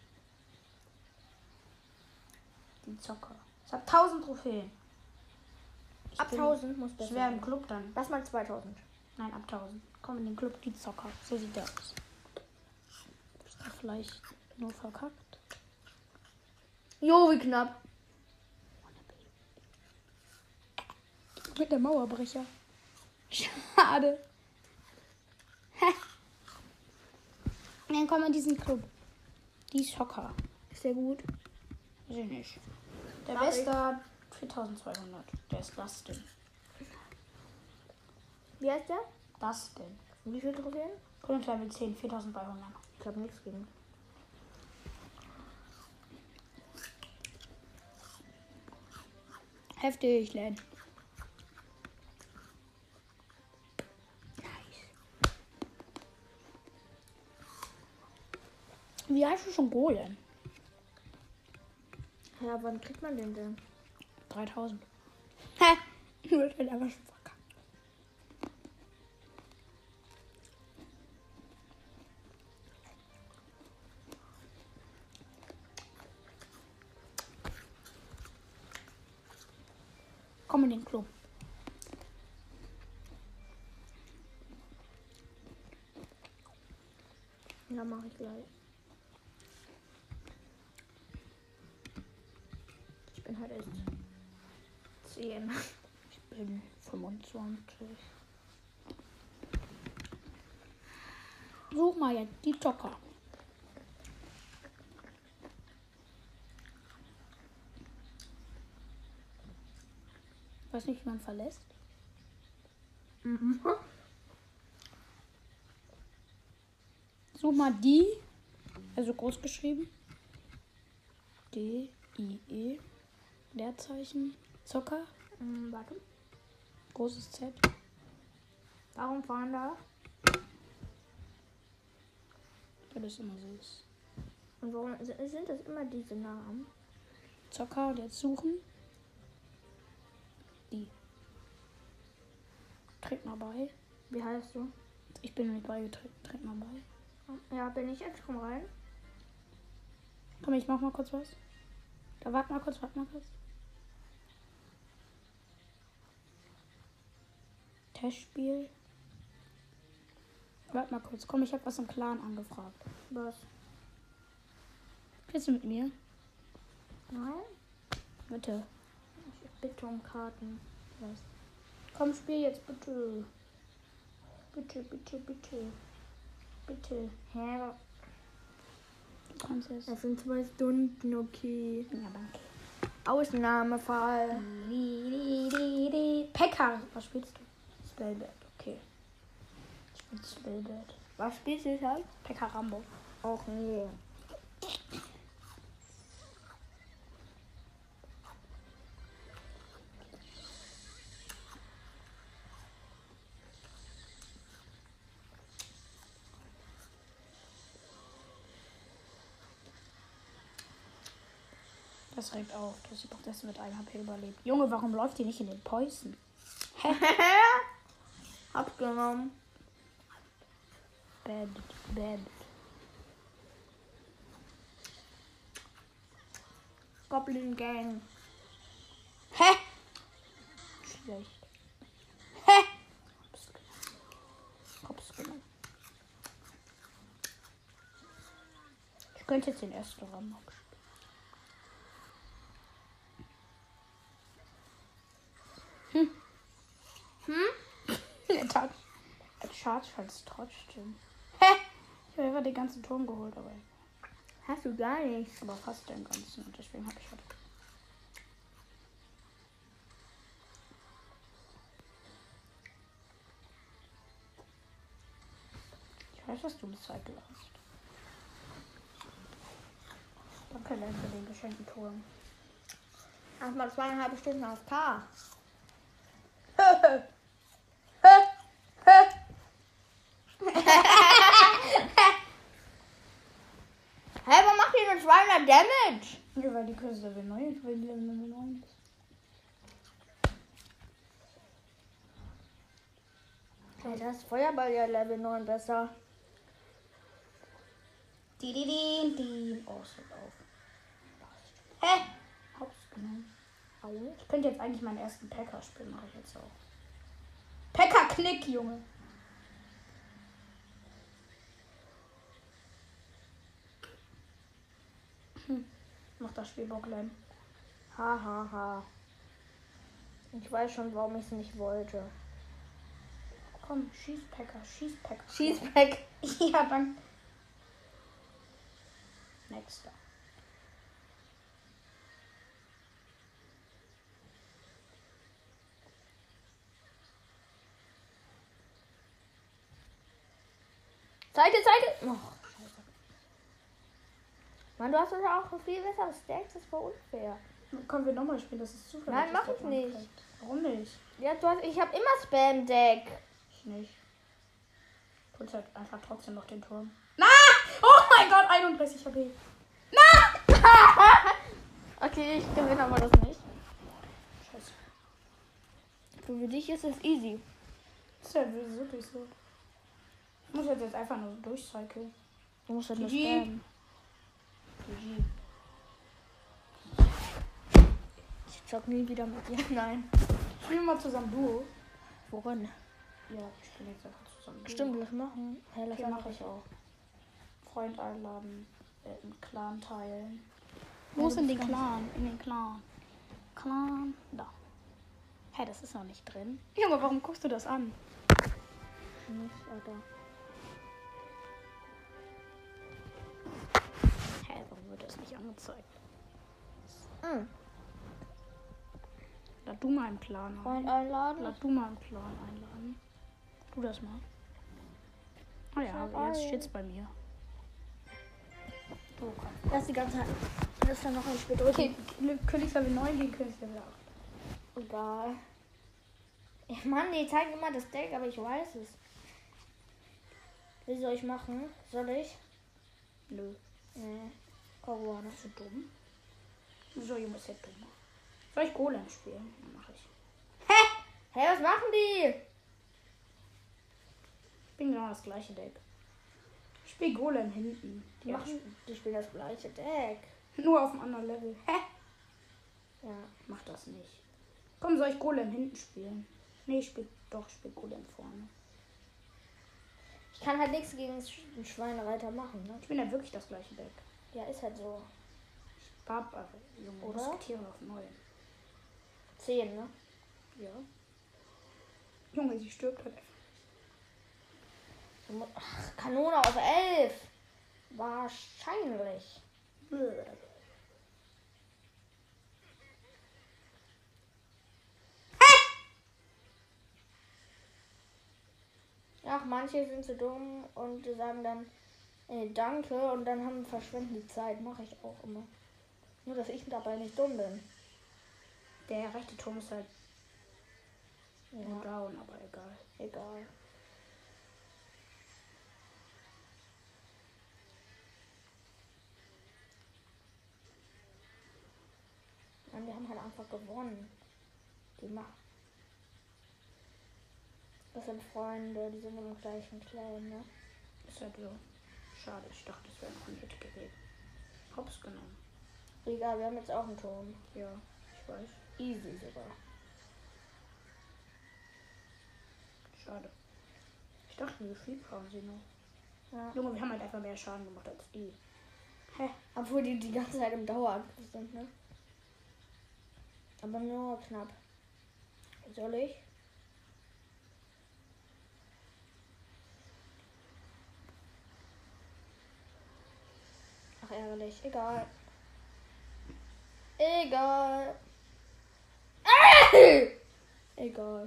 Die Zocker. Ich hab tausend Trophäen. Ich Ab bin- tausend muss Ich besser wäre im sein. Club dann. Lass mal zweitausend. Nein, ab tausend. Komm in den Club, die Zocker. So sieht der aus. vielleicht nur verkackt. Jo, wie knapp. Mit der Mauerbrecher. Schade. Hä? Dann kommen wir in diesen Club. Die Soccer. Ist der gut? Weiß ich nicht. Der Mach Beste hat viertausendzweihundert. Der ist Dustin. Wie heißt der? Dustin. Wie viel Trophäen? König Level zehn, viertausenddreihundert. Ich habe nichts gegen. Heftig, Len. Wie heißt du schon Golem? Ja, wann kriegt man den denn? dreitausend. Hä? Du wirst halt einfach schon verkackt. Komm in den Club. Ja, mache ich gleich. Ich bin halt echt zehn. Ich bin fünfundzwanzig. Such mal jetzt die Joker. Weiß nicht, wie man verlässt. Mhm. Such mal die, also groß geschrieben. D, I, E, Leerzeichen, Zucker, Mhm, warte. großes Z. Warum fahren da? Weil das immer so ist. Und warum sind sind das immer diese Namen? Zocker und jetzt suchen. Die. Trink mal bei. Wie heißt du? Ich bin nicht beigetreten. Trink mal bei. Ja, bin ich jetzt. Komm rein. Komm, ich mach mal kurz was. Da warte mal kurz, warte mal kurz. Testspiel. Warte mal kurz. Komm, ich habe was im Clan angefragt. Was? Spielst du mit mir? Nein? Bitte. Ich bitte um Karten. Was? Komm, spiel jetzt bitte. Bitte, bitte, bitte. Bitte. Hä? Du kannst es. Das sind zwei Stunden, okay. Ja, danke. Ausnahmefall. Pekka. Was spielst du? Spellbird. Okay. Ich spiel Spellbird. Was spielst du jetzt halt? Pekka Rambo. Och nee. Das regt auf, dass sie doch das mit einem H P überlebt. Junge, warum läuft die nicht in den Päusen? Hä? Hab's genommen. Bad, bad. Goblin Gang. Hä? Schlecht. Hä? Hops genommen. Hops genommen. Ich könnte jetzt den ersten Raum abspielen. Hm. Hm? Der Touch. Er charge halt trotzdem. Hä? Ich habe einfach den ganzen Turm geholt, aber. Hast du gar nichts. Aber fast den ganzen und deswegen habe ich halt. Ich weiß, was du recycelt hast. Danke, Len, für den geschenkten Turm. Erstmal zweieinhalb Stunden auf K. Hä, hey, warum macht die nur zweihundert Damage? Ja, weil die Kürze Level neun ist, weil die Level neun ist. Hey, das Feuerball ja Level neun besser. Die, die, die, die. Oh, es hört auf. Hä? Hops genommen. Au. Ich könnte jetzt eigentlich meinen ersten Packer spielen, mache ich jetzt auch. Packer-Knick, Junge. Macht das Spiel Bock, Lem. Ha, ha, ha. Ich weiß schon, warum ich es nicht wollte. Komm, Schießpacker, Schießpacker. Schießpack. Ja, danke. Nächster. Seite, Seite. Oh, scheiße. Mann, du hast doch auch viel besseres Stack. Das ist voll unfair. Können wir nochmal spielen? Das ist zufällig. Nein, mach dass ich der nicht. anfängt. Warum nicht? Ja, du hast, ich habe immer Spam-Deck. Ich nicht. Putz halt einfach trotzdem noch den Turm. Na! Oh mein Gott, einunddreißig H P. Okay, ich gewinne aber das nicht. Scheiße. Für dich ist es easy. Das ist ja wirklich so. Ich muss jetzt, jetzt einfach nur durchcyclen. Du musst halt nur G G. spammen. G G. Ich zock nie wieder mit dir. Nein. Spielen wir mal zusammen Duo. Woran? Ja, ich spiele jetzt einfach zusammen Duo. Stimmt, das machen. Hey, das Okay, mache mach ich auch. Freund einladen. Äh, einen Clan teilen. Wo ist denn den den Clan? In den Clan. Clan. Da. Hä, das ist noch nicht drin. Junge, warum guckst du das an? Nicht, Alter. Hä, warum wird das nicht angezeigt? Mhm. Lad du mal einen Clan Freund ein. einladen. Lad du mal einen Clan einladen. Tu das mal. Ah ja, hab jetzt einen. steht's bei mir. Du kannst. Das ist die ganze Zeit. Das ist dann noch ein Spiel. Okay. Okay, Königslevel neun gegen Königslevel acht. Egal. Ja, Mann, die zeigen immer das Deck, aber ich weiß es. Wie soll ich machen? Soll ich? Nö. Nee. Koruana. Bist du dumm? So, Junge, ist ja dumm. Soll ich Golem spielen? Dann mach ich. Hä? Hä, was machen die? Ich bin genau das gleiche Deck. Ich spiele Golem hinten. Die machen, die spielen das gleiche Deck. Nur auf einem anderen Level. Hä? Ja. Mach das nicht. Komm, soll ich Golem hinten spielen? Nee, ich spiel doch, ich spiel Golem vorne. Ich kann halt nichts gegen den Schweinereiter machen, ne? Ich bin ja wirklich das gleiche Deck. Ja, ist halt so. Barbar, Junge, Oder? Musketiere auf neun. Zehn, ne? Ja. Junge, sie stirbt halt einfach. Du mu- Ach, Kanone auf elf. Wahrscheinlich. Ach, manche sind so dumm und die sagen dann äh, danke und dann haben verschwenden die Zeit. Mache ich auch immer. Nur, dass ich dabei nicht dumm bin. Der rechte Turm ist halt nur Ja, down, aber egal. egal. Mann, wir haben halt einfach gewonnen. Die machen. Das sind Freunde, die sind im gleichen Clan, ne? Ist halt so. Schade, ich dachte, das wäre noch ein Hit gewesen. Hops genommen. Egal, wir haben jetzt auch einen Turm. Ja, ich weiß. Easy sogar. Schade. Ich dachte, wie viel brauchen sie noch? Ja. Junge, wir haben halt einfach mehr Schaden gemacht als die. Hä? Obwohl die die ganze Zeit im Dauerangriff sind, ne? Aber nur knapp. Soll ich? Ach, ärgerlich. Egal. Egal. Ah! Egal.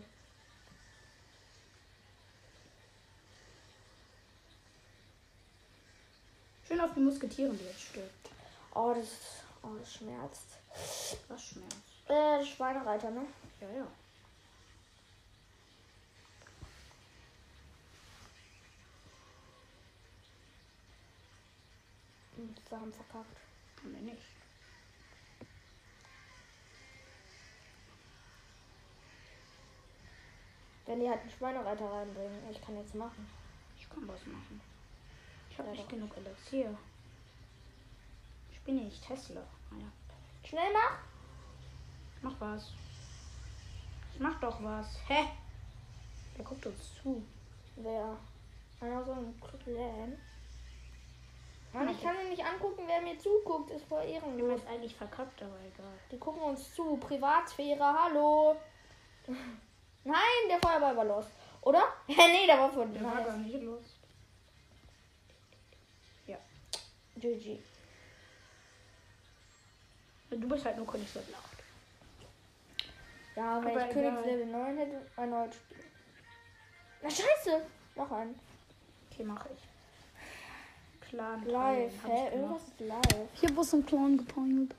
Schön auf die Musketiere, die jetzt stirbt. Oh, das, oh, das schmerzt. Was schmerzt. Äh, Schweinereiter, ne? Ja, ja. Hm, wir haben verkackt. Haben wir nicht. Wenn die halt einen Schweinereiter reinbringen, ich kann nichts machen. Ich kann was machen. Ich habe Ja, nicht doch. genug Elixier. Ich bin nicht Tesla. Ah, ja. Schnell mach! Mach was. Ich mach doch was. Hä? Der guckt uns zu. Wer? Einer so ein Clan. Mann, ich kann mir nicht angucken, wer mir zuguckt. Ist voll Du ehrenlos. hast eigentlich verkackt, aber egal. Die gucken uns zu. Privatsphäre, hallo. Nein, der Feuerball war los. Oder? Nee, der war von Der war nice. gar nicht los. G G. Du bist halt nur König so laut. Ja, wenn Aber ich egal. Königslevel neun hätte, erneut spielen. Na scheiße. Noch ein. Okay, mache ich. Clan. Live. Hab Hä? ich Irgendwas gemacht. ist live. Ich hab aus dem Clan gepeilt.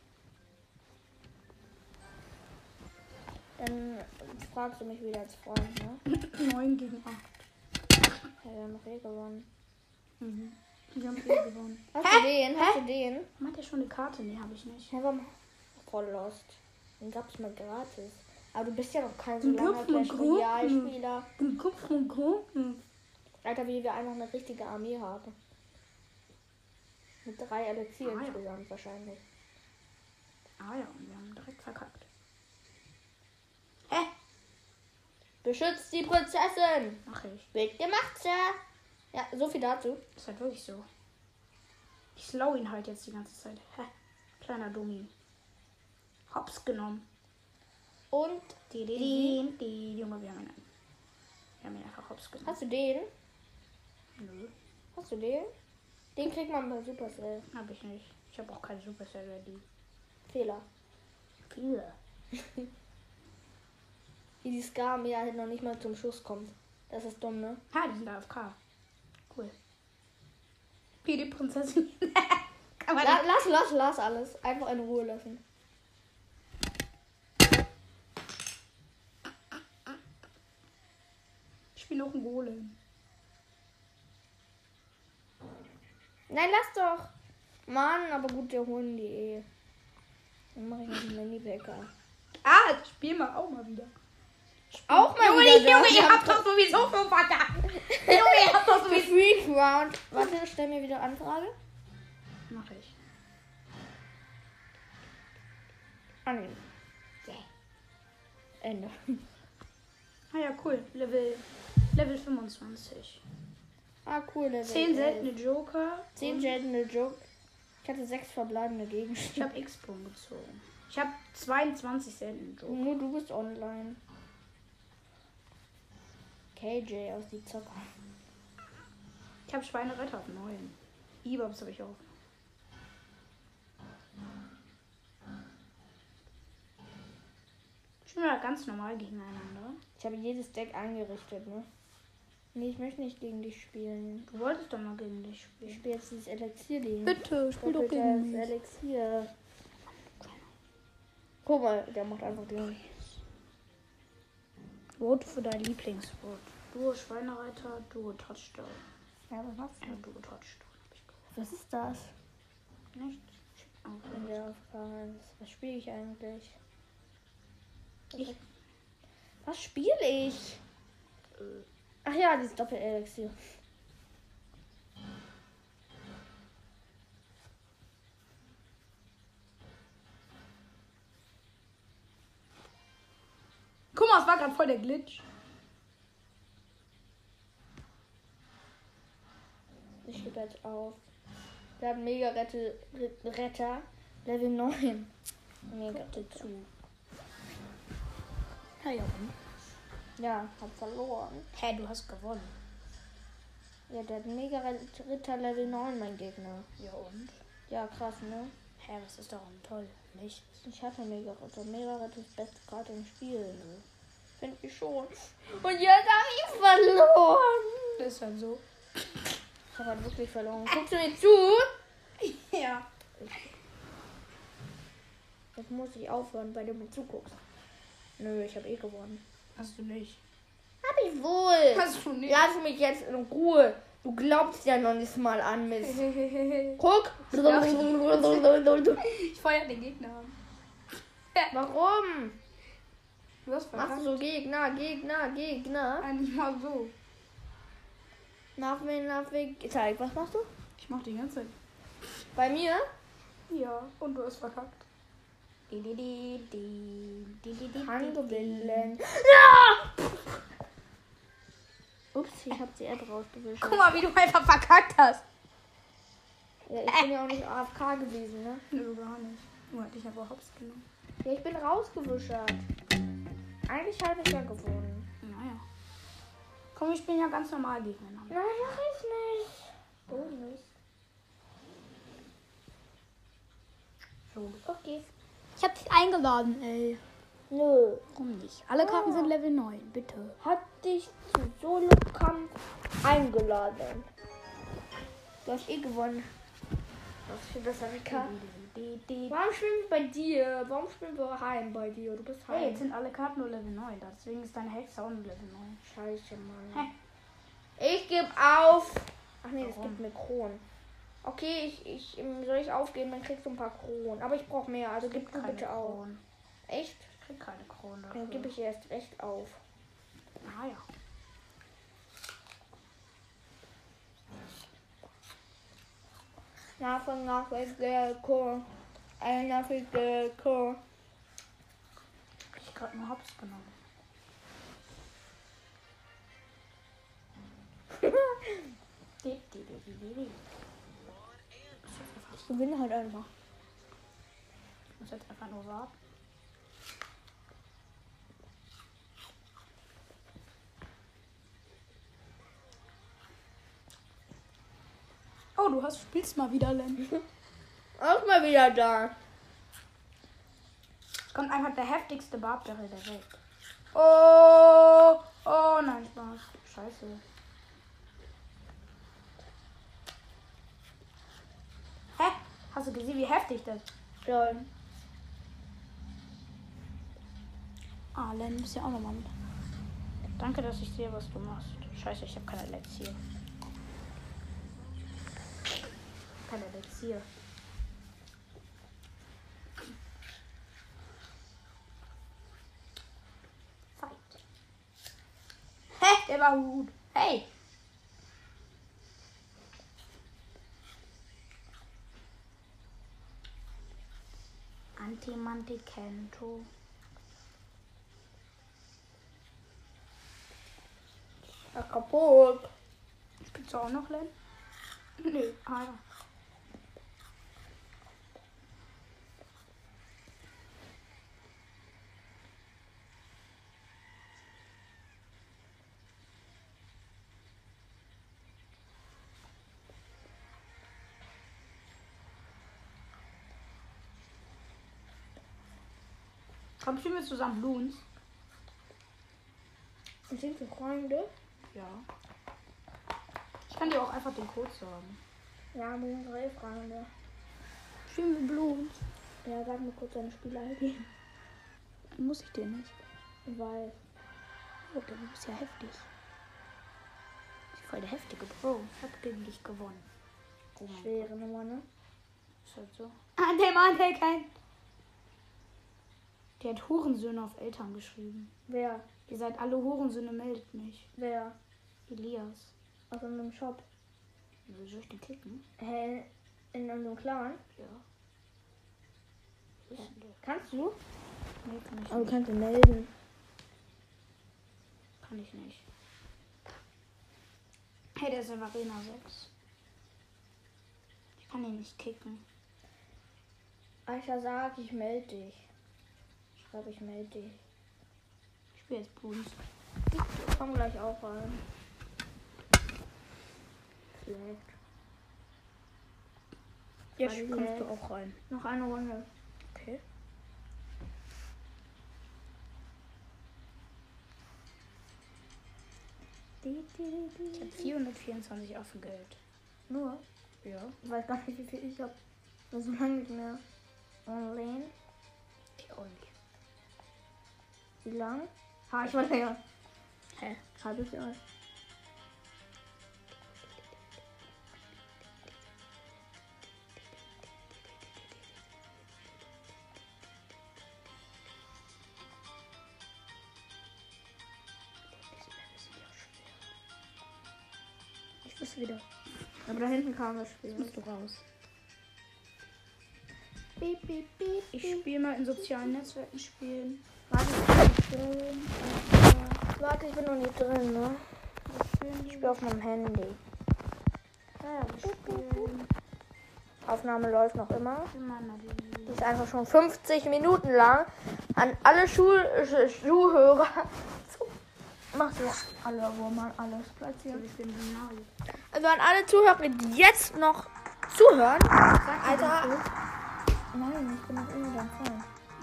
Dann fragst du mich wieder als Freund, ne? neun gegen acht. Ja, wir haben noch eh gewonnen. Mhm. Wir haben eh gewonnen. Hast du den? Hast du den? Hat der schon eine Karte? Nee, habe ich nicht. Hä, warum? Voll lost. Den gab's mal gratis. Aber du bist ja noch kein so Den langer gab's mal Clash gratis. Royale-Spieler. Den Kopf von Gruppen. Alter, wie wir einfach eine richtige Armee haben. Mit drei Elixier Ah, ja. insgesamt wahrscheinlich. Ah ja, und wir haben direkt verkackt. Hä? Beschützt die Prinzessin! Mach ich. Weg gemacht, Sir! Ja, so viel dazu. Ist halt wirklich so. Ich slow ihn halt jetzt die ganze Zeit. Hä? Kleiner Dummi. Hops genommen. Und Die, die, die, die. Junge, wir haben ihn, wir haben ihn einfach hops genommen. hast du den? Nö, Hast du den? Den kriegt man bei Supercell. hab ich nicht. Ich habe auch keine Supercell ready. Fehler. Viele. Wie die Ska-Armee halt noch nicht mal zum Schuss kommt. Das ist dumm, ne? Ha, die sind A F K. Cool. Wie die Prinzessin. Kann man La lass, lass, lass alles. Einfach in Ruhe lassen. Ich spiele noch einen Golem. Nein, lass doch. Mann, aber gut, wir holen die eh. Dann mache ich noch einen Mini-Packer. Ah, das spielen wir auch mal wieder. Auch mal Junge, wieder Junge, das. ihr habt doch sowieso so verkackt. Junge, ihr habt doch Die sowieso... Freak Round. Warte, stell mir wieder Anfrage. Mach ich. Annehmen. Ende. Ah ja, cool. Level, Level fünfundzwanzig. Ah, cool. Level zehn elf. seltene Joker. zehn seltene Joke. Ich hatte sechs verbleibende Ich Gegenstände. habe X-Punkt gezogen. Ich habe zweiundzwanzig seltene Joker. Nur du bist online. K J aus die Zocker. Ich habe Schweineretter auf neun. E-Bobs habe ich auch. Schon mal ganz normal gegeneinander. Ich habe jedes Deck eingerichtet, ne? Nee, ich möchte nicht gegen dich spielen. Du wolltest doch mal gegen dich Ich spielen. spiele jetzt dieses Elixier-Ding. Bitte, spiel doch gegen Das mich. Elixier. Guck mal, der macht einfach den. Vote für dein Lieblingswort. Duo Schweinereiter, Duo Touchdown. Ja, was machst Ja, Duo Touchdown hab ich gehört. Was ist das? Nichts. Auch In der Aufgabe. Was spiele ich eigentlich? Was, Ich- was spiele ich? Äh, Ach ja, dieses Doppel-Elixier. Guck mal, es war gerade voll der Glitch. Ich gebe jetzt auf. Der hat Mega Rette, Retter Level neun. Mega Retter. Zu. Ja, ja. und? Ja, hab verloren. Hä, du hast gewonnen. Ja, der hat Mega Ritter Level neun, mein Gegner. Ja, und? Ja, krass, ne? Hä, was ist daran toll? Nichts. Ich hatte Mega Ritter. Mega Ritter ist beste Karte im Spiel. Ne? Finde ich schon. Und jetzt habe ich verloren. Das ist halt so. Ich habe halt wirklich verloren. Guckst du mir zu? Ja. Jetzt muss ich aufhören, weil du mir zuguckst. Nö, ich habe eh gewonnen. Hast du nicht. Hab ich wohl. Hast du nicht. Lass mich jetzt in Ruhe. Du glaubst ja noch nicht mal an Mist. Guck. Ich feuer den Gegner an. Warum? Du hast Machst verkackt. du so Gegner, Gegner, Gegner? Eigentlich mal so. Nachweg, Nachweg. Zeig, was machst du? Ich mach die ganze Zeit. Bei mir? Ja, und du hast verkackt. Die, die, die, die, die, die, die, Kann die, gewinnen. Ja! Ups, ich hab die App rausgewischt. Guck mal, wie du einfach verkackt hast. Ja, ich bin ja auch nicht A F K gewesen, ne? Nö, gar nicht. Nur hätte ich aber hops genommen. Ja, ich bin rausgewischert. Eigentlich habe ich ja gewonnen. Naja. Komm, wir spielen ja ganz normal gegeneinander. Nein, mach ich nicht. Oh, nicht. So. Okay. Ich hab dich eingeladen, ey. Nö. Warum nicht? Alle Karten Ah. sind Level neun, bitte. Hat dich zu Solo-Kampf eingeladen. Du hast eh gewonnen. Was für bessere Karten. Warum spielen wir bei dir? Warum spielen wir heim bei dir? Du bist heim. Hey, jetzt sind alle Karten nur Level neun. Deswegen ist deine Hexe auch nur Level neun. Scheiße, Mann. Hä? Ich gebe auf. Ach nee, das Warum? gibt mir Kronen. Okay, ich, ich ähm, soll ich aufgeben, dann kriegst du ein paar Kronen. Aber ich brauche mehr, also gib du Keine bitte auf. Kronen. Echt? Ich krieg keine Kronen dafür. Dann gebe ich erst recht auf. Ah ja. Nachricht, Nachricht, cool. Eine Nachricht, cool. Ich hab gerade nur Hops genommen. Ich gewinne halt einfach. Ich muss jetzt einfach nur warten. Oh, du hast spielst mal wieder, Len. Auch mal wieder da. Es kommt einfach der heftigste Barbare der Welt. Oh, oh nein, Spaß. Scheiße. Hä? Hast du gesehen, wie heftig das ist? Ja. Ah, Len, du bist ja auch nochmal mit. Danke, dass ich sehe, was du machst. Scheiße, ich habe kein Elixier. Kein Elixier. Fight. Hä? Der war gut. Hey! Anti-Manti-Kento. Ja, kaputt. Spielst du auch noch, Len? Nö. Ah ja. Komm, spielen wir zusammen Bloons? Sind wir Freunde? Ja. Ich kann dir auch einfach den Code sagen. Ja, wir sind drei Freunde. Spielen wir Bloons? Ja, sag mir kurz deine Spieler-I D. Muss ich dir nicht. Weil. Oh, du bist ja heftig. Ich bin voll der heftige Bro. Ich hab gegen dich gewonnen. Oh mein Schwere Nummer, ne? Ist halt so. Ah, der Mann, der kennt. Der hat Hurensöhne auf Eltern geschrieben. Wer? Ihr seid alle Hurensöhne, meldet mich. Wer? Elias. Aus unserem Shop. Wie soll ich den kicken? Hä? In unserem Clan? Ja. Wo ist denn der? Kannst du? Nee, kann ich Aber du nicht. kannst ihn melden. Kann ich nicht. Hey, der ist in Arena sechs. Ich kann ihn nicht kicken. Aisha sagt, ich melde dich. Ich glaube, ich melde dich. Ich spiele jetzt Bloons. Ich komm gleich auch rein. Vielleicht. Jetzt Warte, kommst jetzt. du auch rein. Noch eine Runde. Okay. Ich habe vierhundertvierundzwanzig Affengeld. Nur? Ja. Ich weiß gar nicht, wie viel ich habe. Das ist so lange nicht mehr. Online. Ich auch nicht. Wie lang? Ha, ich war länger. Hä? Halbes Jahr. Ich wusste wieder. Aber da hinten kam das Spiel. Musst du raus. Piep, piep, piep, Ich piep. spiele mal in sozialen Netzwerken spielen. Warte, ich bin nicht drin. Warte, ich bin noch nicht drin, ne? Ich spiele auf meinem Handy. Ja, ja, wir spielen. Aufnahme läuft noch immer. Immer noch die- Die ist einfach schon fünfzig Minuten lang. An alle Schul Sch- Zuhörer. Machst du alle, wo man alles platziert. Ich bin genau. Also an alle Zuhörer, die jetzt noch zuhören. Alter. Nein, ich bin noch irgendwie dein Freund.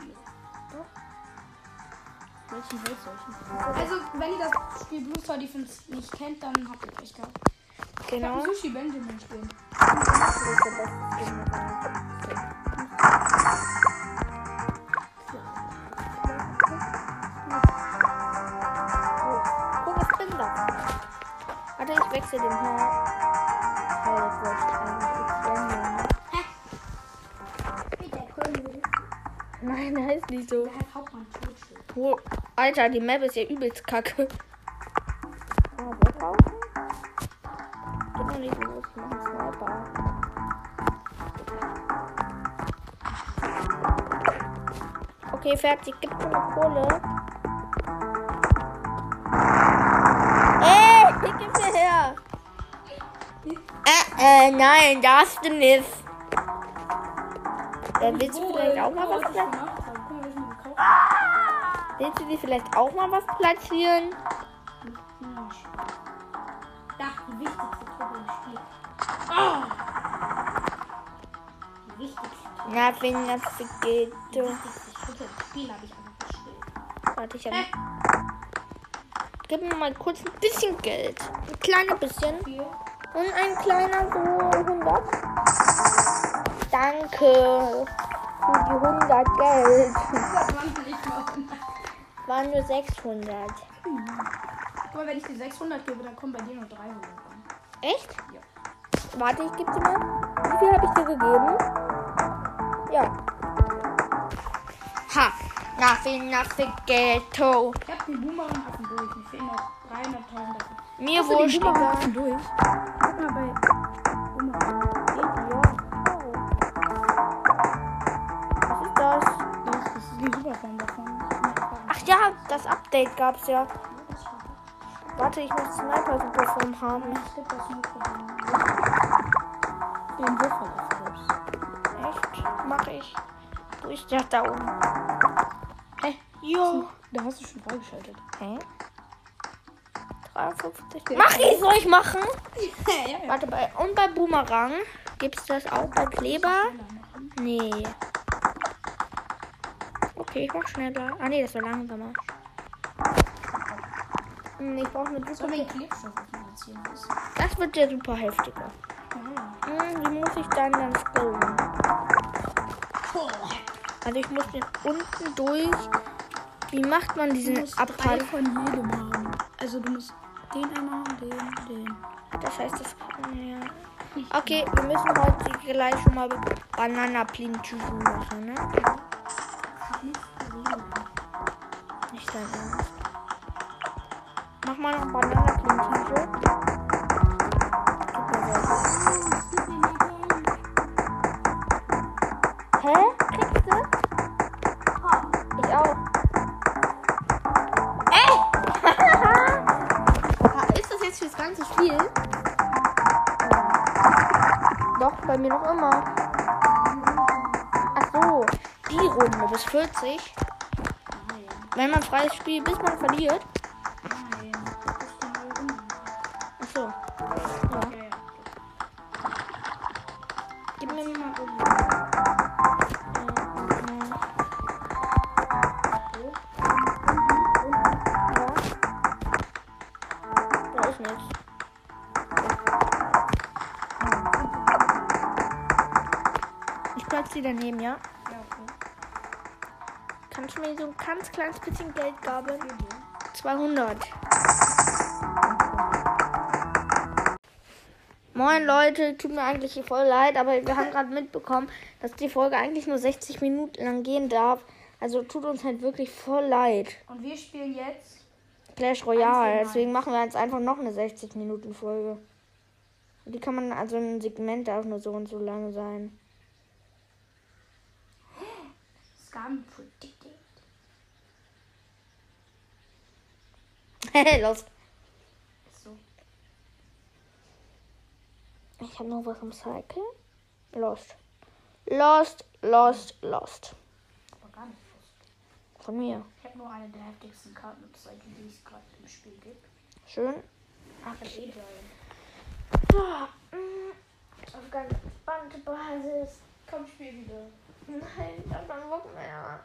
Welchen willst du? Also, wenn ihr das Spiel Blue Star Defense nicht kennt, dann habt ihr Pech gehabt. Ich Genau. hab Sushi Benjamin spielen. Guck, ich bin da. Warte, ich wechsle den her. Hey, das wollte ich eigentlich nicht. Mit der König. Nein, der ist nicht so. Der hat Hauptmann Totschuld. Oh, Alter, die Map ist ja übelst kacke. Oh, wo kaufen? Geht noch nicht los, ich mach einen Sniper. Okay, fertig. Gibt's schon noch Kohle? Ey, gib mir her! Äh, äh, nein, darfst du nicht. Dann willst du vielleicht auch mal was platzieren? Willst du dir vielleicht auch mal was platzieren? Ja, die wichtigste Truppe im Spiel. Oh! Die wichtigste Truppe. Na, wenn das geht. Die wichtigste Truppe im Spiel habe ich einfach gespielt. Warte, ich hab. Gib mir mal kurz ein bisschen Geld. Ein kleines bisschen. Und ein kleiner so hundert. Danke für die hundert Geld. Waren nur sechshundert. Guck mal, wenn ich dir sechshundert gebe, dann kommen bei dir nur dreihundert ran. Echt? Ja. Warte, ich gebe dir mal. Wie viel habe ich dir gegeben? Ja. Ha. Nothing, nothing, ghetto. Ich hab den Boomerang auf dem durch. Mir fehlen noch dreihunderttausend dafür. Mir Hast du den wurscht, Boomerang auf egal. dem durch? Guck mal bei Boomerang. Was ist das? Das ist die Superform davon. Ach ja, das Update gab's ja. Warte, ich muss Sniper Superform haben. Ich tippe das nur für den den Würfel auf. Echt? Mach ich. Wo ist der da oben? Hä? Jo. Da hast du schon freigeschaltet. Hä? dreiundfünfzig. Mach ich, soll ich machen? ja, ja. Warte, bei, und bei Boomerang gibt's das auch bei Kleber? Nee. Okay, ich mach schneller. Ah nee, das war langsamer. Hm, Ich brauche eine So super. wegen Klebstoff produzieren ist. Das wird der super heftige. Hm, Wie muss ich dann dann skillen? Also ich muss den unten durch. Wie macht man Du diesen musst drei Abteil? von jedem haben. Also du musst den einmal, den, den. Das heißt, das ja. Okay, wir müssen heute gleich schon mal Bananaplintypen machen, ne? Nicht dein Ernst. Mach mal noch Bananaplintypen. Hä? Kriegst du? Ich auch. Ey! Ist das jetzt fürs ganze Spiel? Doch, bei mir noch immer. Ach so, die Runde bis vierzig. Nein, Wenn man freies Spiel, bis man verliert. nein. Das ist die neue Runde. Ach so. Ja. Okay. Gib mir mal. Ja. Da ist nichts. Ich platze sie daneben, ja? Ja, okay. Kannst du mir so ein ganz kleines bisschen Geld geben? zweihundert. Moin Leute, tut mir eigentlich hier voll leid, aber wir haben gerade mitbekommen, dass die Folge eigentlich nur sechzig Minuten lang gehen darf. Also tut uns halt wirklich voll leid. Und wir spielen jetzt. Clash Royale, Einzelheim. deswegen machen wir jetzt einfach noch eine sechzig Minuten Folge. Und die kann man, also ein Segment darf nur so und so lange sein. Scam predicted. Los. Ist so. Ich habe noch was im Cycle. Lost. Lost, lost, lost. Aber gar nicht fest. Von mir. Ich habe nur eine der heftigsten Kartenabzeichen, die es gerade im Spiel gibt. Schön. Ach, das ist eh geil. So. mm, Auf ganz entspannte Basis. Komm, spiel wieder. Nein, ich hab keinen Bock mehr.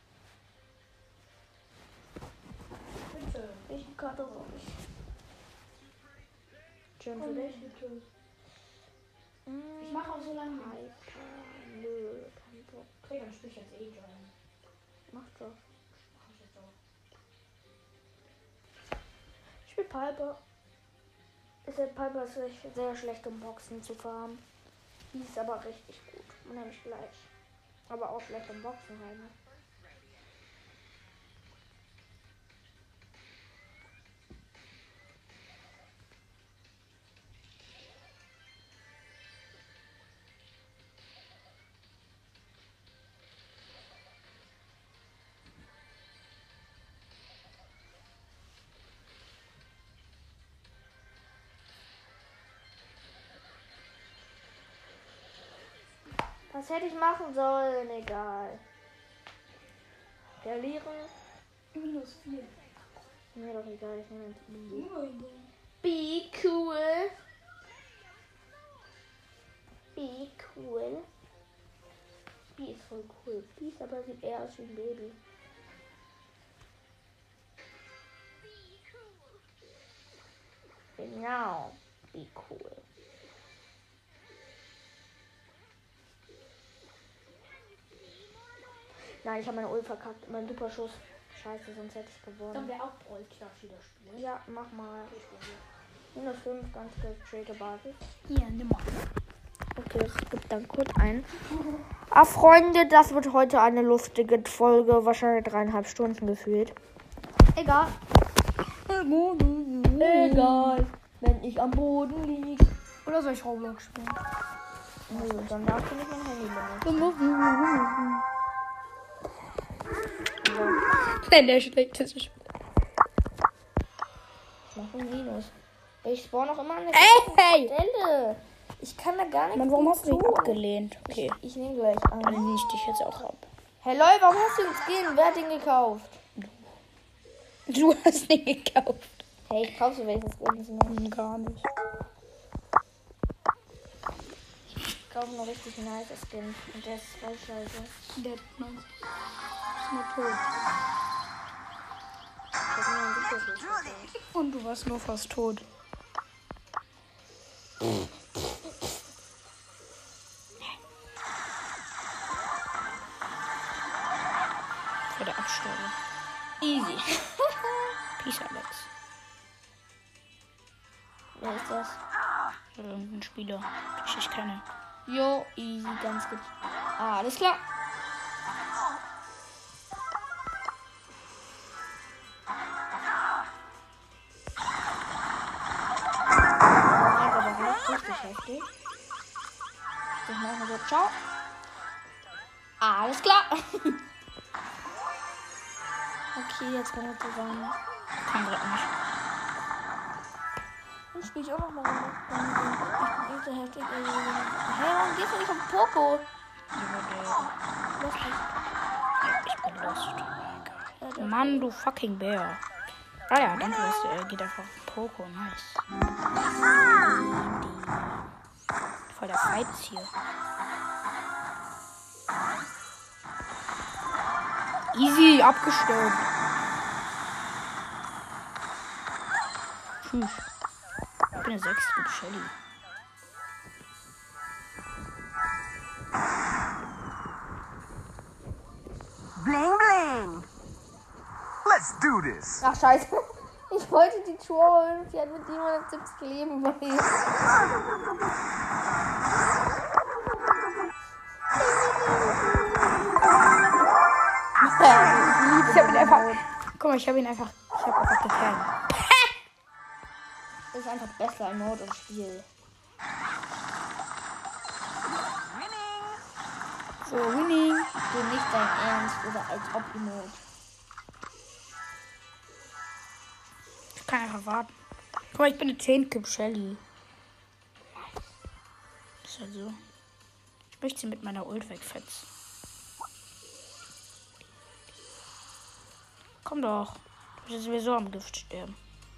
Bitte. Welche Karte soll ich? Schön für Komm, dich. bitte. Mm, Ich mache auch so lange. Hyper. Nö, kein Bock. Okay, dann spiel ich jetzt eh Giant. Mach doch. Mach ich jetzt auch. Ich spiel Piper. Ist der Piper ist sehr- sehr schlecht, um Boxen zu farmen. Die ist aber richtig gut. Nämlich gleich. Aber auch schlecht um Boxen rein. Ne? Was hätte ich machen sollen? Egal. Verlieren? Minus vier. Mir doch egal, ich nehme jetzt B. Nein. B cool. B cool. B ist voll cool. B ist aber sieht eher aus wie ein Baby. Genau. B cool. Nein, ich habe meine Ult verkackt. Mein Superschuss. Scheiße, sonst hätte ich Dann gewonnen. wäre auch Brawl Stars wieder spielen. Ja, mach mal. Okay, spielen wir. minus fünf, ganz gestraighte Basis. Hier, nimm mal. Okay, das gibt dann kurz ein. Ah, Freunde, das wird heute eine lustige Folge. Wahrscheinlich dreieinhalb Stunden gefühlt. Egal. Egal. Wenn ich am Boden liege. Oder soll ich Roblox spielen? Nö, dann darfst du nicht mein Handy benutzen. Nein, der schlechteste Spiel. Ich mach ein Minus. Ich spawn noch immer an der Ey! Stelle. Ich kann da gar nicht. Mann, warum hast du ihn tun. abgelehnt? Okay, Ich nehme gleich dann an. nehme ich dich jetzt auch ab. Hey Leute, warum hast du den Skin? Wer hat den gekauft? Du hast ihn gekauft. Hey, ich kaufe welches Skins noch. Hm, gar nicht. Ich kaufe noch richtig nice Skin. Und der ist voll scheiße. Der ist nice. Ist nur tot. Ich hab mir einen Superschuss gekauft. Und du warst nur fast tot. Für der Abstauber. Easy. Peace, Alex. Wer ist das? Irgendein Spieler, den ich nicht kenne. Jo, easy, ganz gut. Ah, alles klar. Aber gleich richtig heftig. Ich mache so, ciao. Alles klar. Okay, jetzt können wir zusammen. Kann gerade nicht. Dann spiele ich auch noch mal Runde. Ich bin eh so heftig. Also, hey, warum gehst du nicht auf Poco? Lass dich. Ich bin lost. Ja, der- Mann, du fucking Bär. Ah ja, danke, dass er geht einfach auf Poco. Nice. Voll der Fights hier. Easy, abgestorben. Tschüss. Ich bin eine sechs, du bist Shelly. Bling bling. Let's do this. Ach, scheiße. Ich wollte die trollen. Sie hat mit siebenhundertsiebzig Leben überlebt. Ich hab ihn einfach. Guck mal, ich hab ihn einfach. Ich hab einfach gekillt. Das ist einfach besser im Mode und Spiel. So, winning. Du nicht dein Ernst oder als ob Emote. Ich kann einfach warten. Guck mal, ich bin eine zehn Kip Shelly. Ist halt so. Ich möchte sie mit meiner Ult wegfetzen. Komm doch. Du bist sowieso am Gift sterben.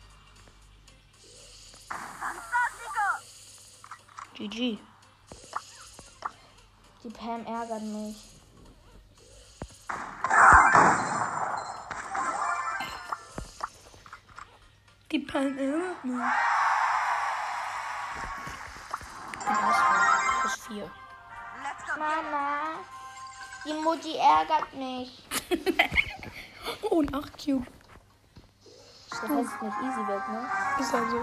G G. Die Pam ärgert mich. Die Pam ärgert mich. Plus vier. Mama, die Mutti ärgert mich. Oh, und acht Cube. Das heißt nicht easy weg, ne? Ist halt so.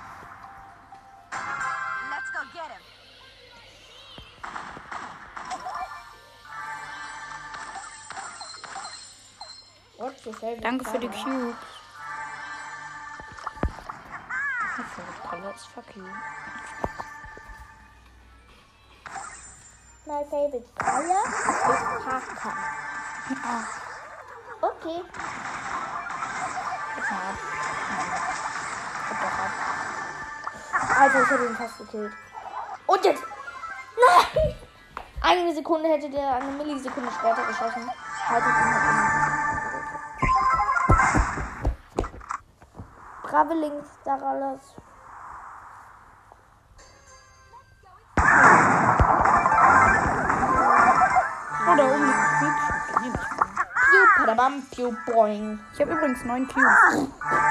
Let's go get him. What's your favorite Danke für die color? Cubes. My favorite color is fuck you. My favorite color is Paka. Ah, Okay. guck mal ab. Guck doch ab. Alter, ich habe ihn fast gekillt. Und jetzt. Nein! Eine Sekunde hätte der eine Millisekunde später geschossen. Halte ich ihn halt immer. Brave links, da alles. Oh, da oben liegt ein Cube. Den nehme ich mal. Piu, padabam, piu, boing. Ich habe übrigens neun Cubes.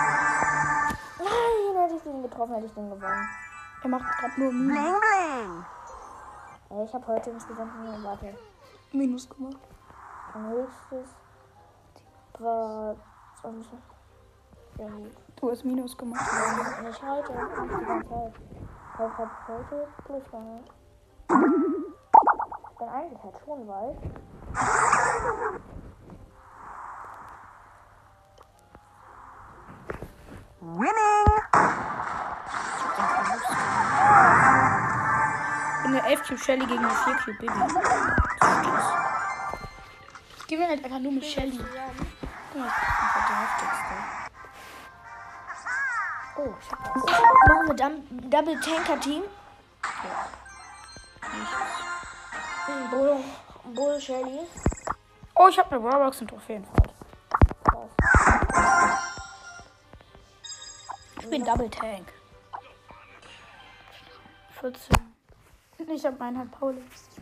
Nein, hätte ich den getroffen, hätte ich den gewonnen. Er macht gerade nur Minus, Bling bling. Ey, ich habe heute insgesamt nur, warte, Minus gemacht. mein höchstes war zwanzig. Ja, gut. Du hast Minus gemacht. Nicht heute, nicht die ganze Zeit. Ich habe heute plus gemacht. Ich bin eigentlich halt schon weit. Winning. Ich bin eine elf Cube Shelly gegen eine vier Cube Baby. Ich gehe halt einfach nur mit Shelly. Guck mal, das ist einfach der heftigste. Oh, ich hab was. Machen wir Dum- Double Tanker Team. Mhm, Bull, Bull Shelly. Oh, ich habe eine Roblox und Trophäenfahrt. Ich bin Double Tank. vierzehn. Ich habe meinen halt Paul.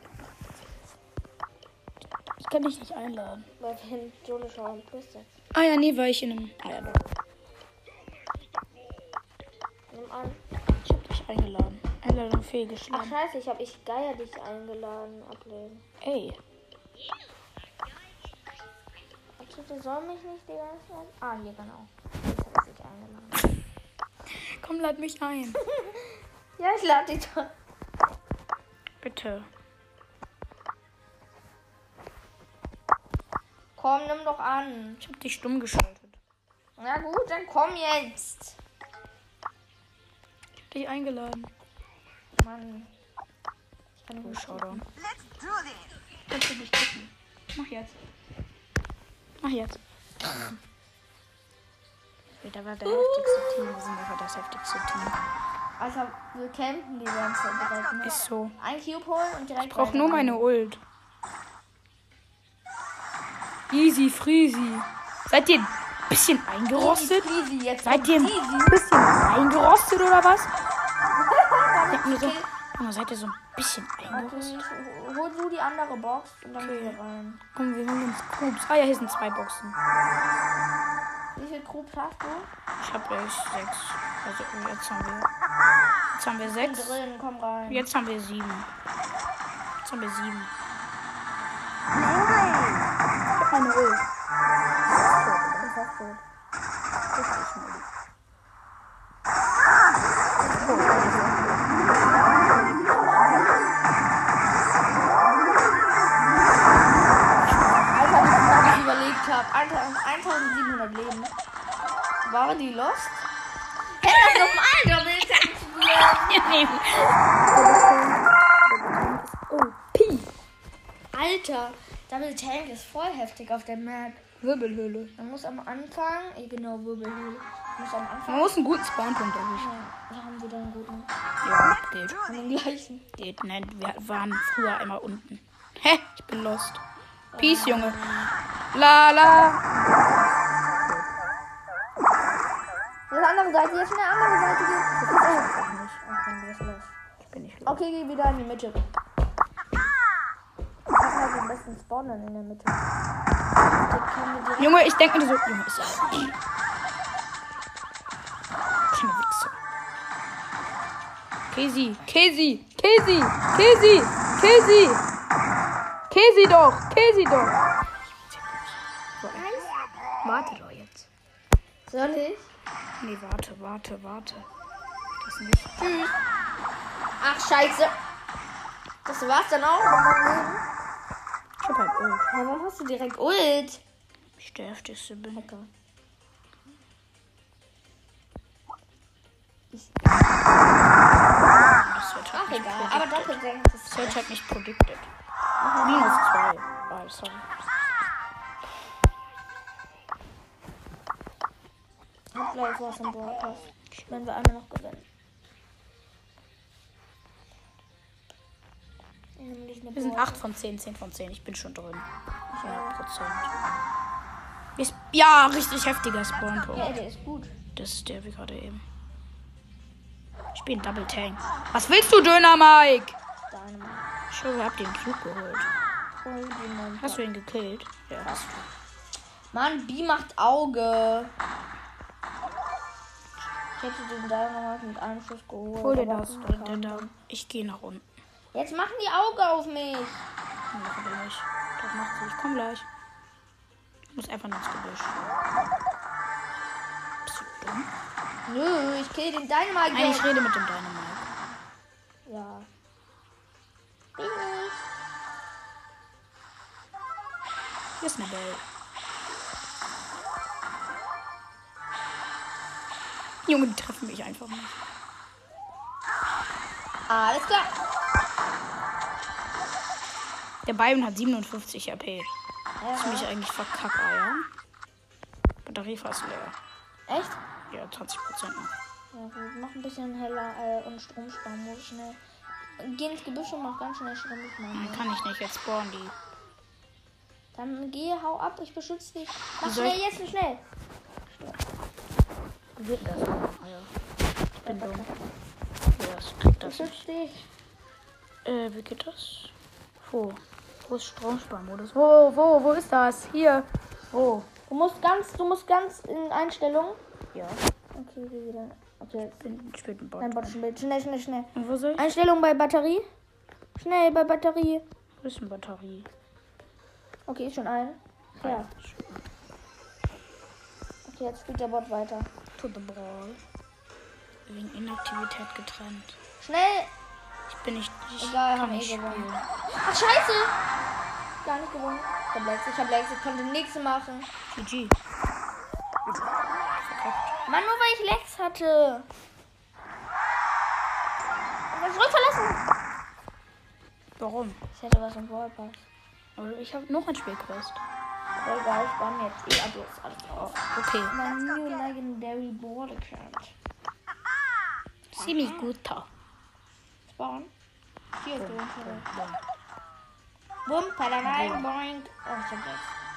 Ich kann dich nicht einladen. Weil wir hin Jule schauen. Bist du? Ah ja, nee, war ich in einem. Ah ja, doch. Nimm an. Ich hab dich eingeladen. Einladung Ach fehlgeschlagen. scheiße, ich hab ich Geier dich eingeladen. Ablehnen. Ey. Warte, du soll mich nicht die ganze Zeit. Ah, hier genau. Jetzt hab ich dich eingeladen. Komm, lad mich ein. Ja, ich lade dich doch. Bitte. Komm, nimm doch an. Ich hab dich stumm geschaltet. Na gut, dann komm jetzt. Ich hab dich eingeladen. Mann. Ich kann Oh, nicht Showdown. Let's do this. Kannst du nicht gucken. Mach jetzt. Mach jetzt. Da war der heftigste Team. Wir sind einfach das heftigste Team. Also, wir campen die ganze Zeit direkt, ne? Ist so. Ein Cube holen und direkt Ich brauch weiter. nur meine Ult. Easy, freezy. Seid ihr ein bisschen eingerostet? Easy, jetzt Seid ihr ein easy. bisschen eingerostet oder was? Seid ihr so, Junge, seid ihr so ein bisschen eingerostet? Okay, hol du die andere Box und dann Okay. gehen wir rein. Komm, wir holen uns Cubes. Ah ja, hier sind zwei Boxen. Wie viel Grub hast du? Ich habe gleich sechs. Also jetzt haben wir. Jetzt haben wir Bin sechs. drin, komm rein. Jetzt haben wir sieben. Jetzt haben wir sieben. Bling bling. Ich hab meine Ult. Ich bin fast tot. Alter, was ich überlegt habe. eintausendsiebenhundert Leben. Waren die lost? Hey, das normal Doppeltank spielen. Oh, Pi. Alter, Double Tank ist voll heftig auf der Map. Wirbelhöhle. Man muss am Anfang, eh, genau, Wirbelhöhle. Man muss am Anfang. Man muss einen guten Spawnpunkt erwischen. Ja, da haben wir dann einen guten. Ja, geht. Von den gleichen. Geht. Nein, wir waren früher immer unten. Hä? Ich bin lost. Peace, Junge. La la. Das ist andere Seite, jetzt in der anderen Seite geht. Das ist auch nicht. Okay, du bist los. Ich bin nicht los. Okay, geh wieder in die Mitte. Ich hab mal den besten Spawn dann in der Mitte. Den können wir direkt. Junge, ich denke mir so. Junge, ist das. Keine Wichse. Käsi, Käsi, Käsi, Käsi, Käsi. Käsi doch, Käsi doch. So, warte doch jetzt. Soll ich? Nee, warte, warte, warte. Das nicht. Tschüss. Ach, scheiße. Das war's dann auch. Warum Ich hab halt Ult. warum hast du direkt Ult? Ich der heftigste bin. Okay. Ich, Das wird halt ach, nicht egal. predicted. Aber Doppelsenk ist Das wird halt nicht predicted. Minus zwei. Ah, sorry. Hab gleich was im Broadcast. Wenn wir einmal noch gewinnen. Nämlich eine Wir sind Brawl- acht von zehn, zehn von zehn. Ich bin schon drin. hundert Prozent. Wir sp- Ja, richtig heftiger Spawnpunkt. Ja, der ist gut. Das ist der wie gerade eben. Ich spiele Double Tank. Was willst du, Döner Mike? Deine Ich schau, wir haben den Cube geholt. Hol den mal. Hast du ihn gekillt? Ja, hast du. Mann, B macht Auge. Ich hätte den Dynamite mit einem Schuss geholt. Hol dir aber das. er Der, kam der, der. dann. Ich gehe nach unten. Jetzt machen die Auge auf mich. Machen wir nicht. Das macht sie. Ich komm gleich. Ich muss einfach nur ins Gebüsch. Bist du dumm? Nö, ich kill den Dynamite. Nein, ich jetzt. rede mit dem Dynamite. Ja. Bin ich. Hier ist eine Bell. Junge, die treffen mich einfach nicht. Alles klar. Der Byron hat siebenundfünfzig H P. Ja, Das ist mich eigentlich verkackt, ja. Batterie fast leer. echt? Ja, zwanzig Prozent noch. Ja gut, mach ein bisschen heller äh, und Strom sparen, muss schnell. Geh ins Gebüsch und mach ganz schnell Strom sparen. Dann kann ich nicht, jetzt spawnen die. Dann geh, hau ab, ich beschütze dich. Mach Wie soll schnell, jetzt schnell. Wie wird das? Ah, ja. Ich bin dumm. Ja, das kriegt das nicht. Beschütze dich. Äh, wie geht das? Wo? Wo ist Stromsparmodus? Wo, wo, wo ist das? Hier. Wo? Du musst ganz, du musst ganz in Einstellungen. Ja. Okay, geh wieder. Okay, jetzt Bin späten Bot. dein Bot Bild. Schnell, schnell, schnell. Und wo soll ich? Einstellung bei Batterie. Schnell bei Batterie. Wo ist eine Batterie? Okay, ist schon ein. Ja. Schön. Okay, jetzt spielt der Bot weiter. To the ball. Wegen Inaktivität getrennt. Schnell. Ich bin nicht. Ich Egal, kann haben nicht eh gewonnen. spielen. Ach, scheiße. Gar nicht gewonnen. Ich hab Lex, ich hab Lex, ich konnte nichts machen. G G. Mann, nur weil ich Lex hatte. Ich hab zurückverlassen. Warum? Ich hätte was im Ballpass. Aber ich habe noch ein Spielquest. Aber egal, ich war jetzt eh Abos alles drauf. Okay. Mein New Legendary Ball Account. Ziemlich guter. Spawn. Hier ist der. Bumm, padarein, boing. Oh, ich hab Lex.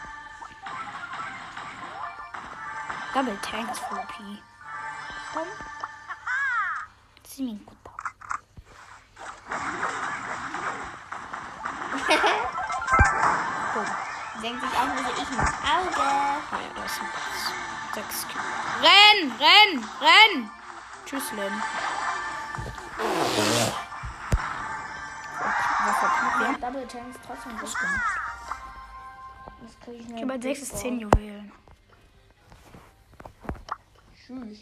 Double Tanks für P. Bumm. Ziemlich guter. Denkt sich auch nur so, ich mach Auge. Ah ja, da ist ein Pass. Sechs Kills. Renn! Renn! Renn! Tschüss, Len. Wir haben Double Tanks trotzdem gut gemacht. Das krieg ich Ich habe als Big sechstes Ball. zehn Juwelen. Tschüss.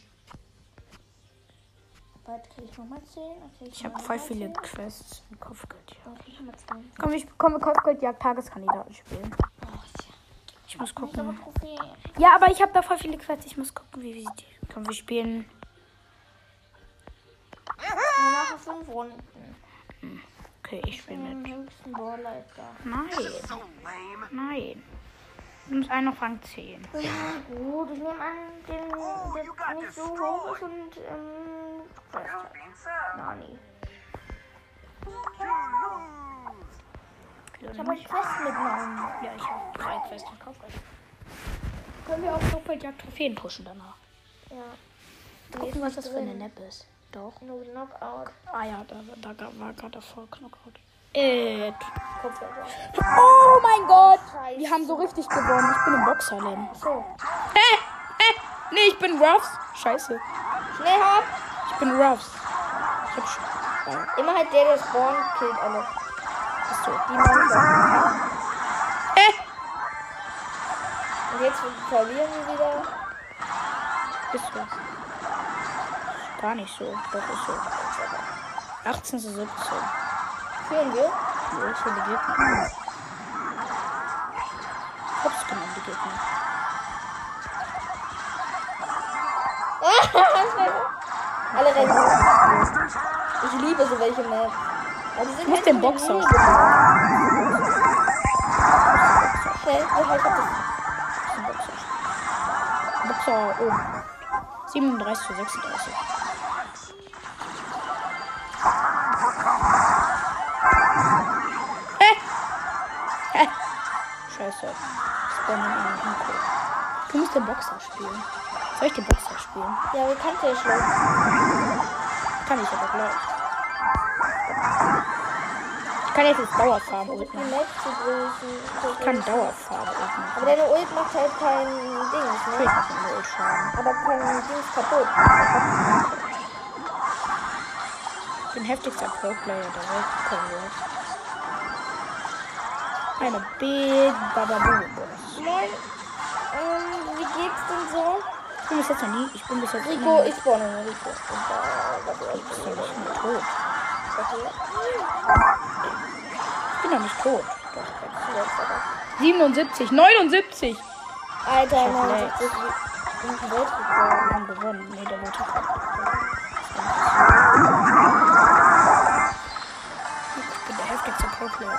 Bald krieg ich nochmal zehn. Okay, Ich habe voll viele Quests im Kopfgeld. Ja. Dann krieg ich nochmal zehn. Komm, ich bekomme Kopfgeldjagd Tageskandidaten spielen. Oh, ja. Ich muss Ich aber gucken. Trophäe. Ja, aber ich habe da voll viele Quests. Ich muss gucken, wie wir die. Komm, wir spielen. Wir machen fünf Runden. Okay, ich spiele Den mit. höchsten Brawler ist da. Nein, So lame. nein. Du nimmst einen auf Rang zehn. Ja, gut, ich nehme an, den, der nicht so hoch ist und, ähm, Quest hat. Nani. Ich habe eine Quest mitgenommen. Ja, ich habe drei Quests gekauft. Können wir auch Kaufwaldjagd Trophäen pushen danach? Ja. Gucken, was das für eine Nap ist. Doch. No Knockout. Ah ja, da, da war gerade davor Knockout. Äh. Kopfhörer. Oh mein Gott! Scheiße. Wir haben so richtig gewonnen. Ich bin im Boxerleben. So. Hä? Hä? Nee, ich bin Ruffs. Scheiße. Schnell hopp. Ich bin Ruffs. Ich hab schon. Immer halt der, der spawnt, killt alle. Achso. Die Mannschaft. Hä? Und jetzt verlieren wir wieder. Ist so. Gar nicht so. Doch, ist so. achtzehn zu siebzehn. Führen wir? Ja, ich will die Gegner. Ups, genommen, die Gegner. Alle rennen. Ich liebe so welche Maps. Aber die sind Ich muss halt den so Boxer. mini. Schnell, ja, ich hab das. Boxer oben. siebenunddreißig zu sechsunddreißig. Hä? Hä? Scheiße. Spawnen in den Hinko. Du musst den Boxer spielen. Soll ich den Boxer spielen? Ja, wie kannst du ja schlecht. Kann ich aber gleich. Ich kann jetzt das Dauerfarben Die ulten. Map zu grüßen. Ich kann Dauerfarben ulten. Aber deine Ult macht halt kein Dings, Ich ne? mache nur Ultschaden. Aber kein Dings kaputt. Ich bin heftigster Pro-Player der Welt. Komm, los. Eine Big Bababoo-Boss. Moin. Ähm, wie geht's denn so? Ich bin bis jetzt noch nie. Ich bin bis jetzt Rico, ich spawne in Rico. Und da, warte, Ich bin noch nicht tot. warte. Ich bin noch nicht tot. Doch, Jetzt aber. siebenundsiebzig, neunundsiebzig. Alter, hab Mann, Lag. das ist wie ein Weltrekord. Wir haben gewonnen. Nee, der wollte kommen. Ich bin der heftigste Pro-Player.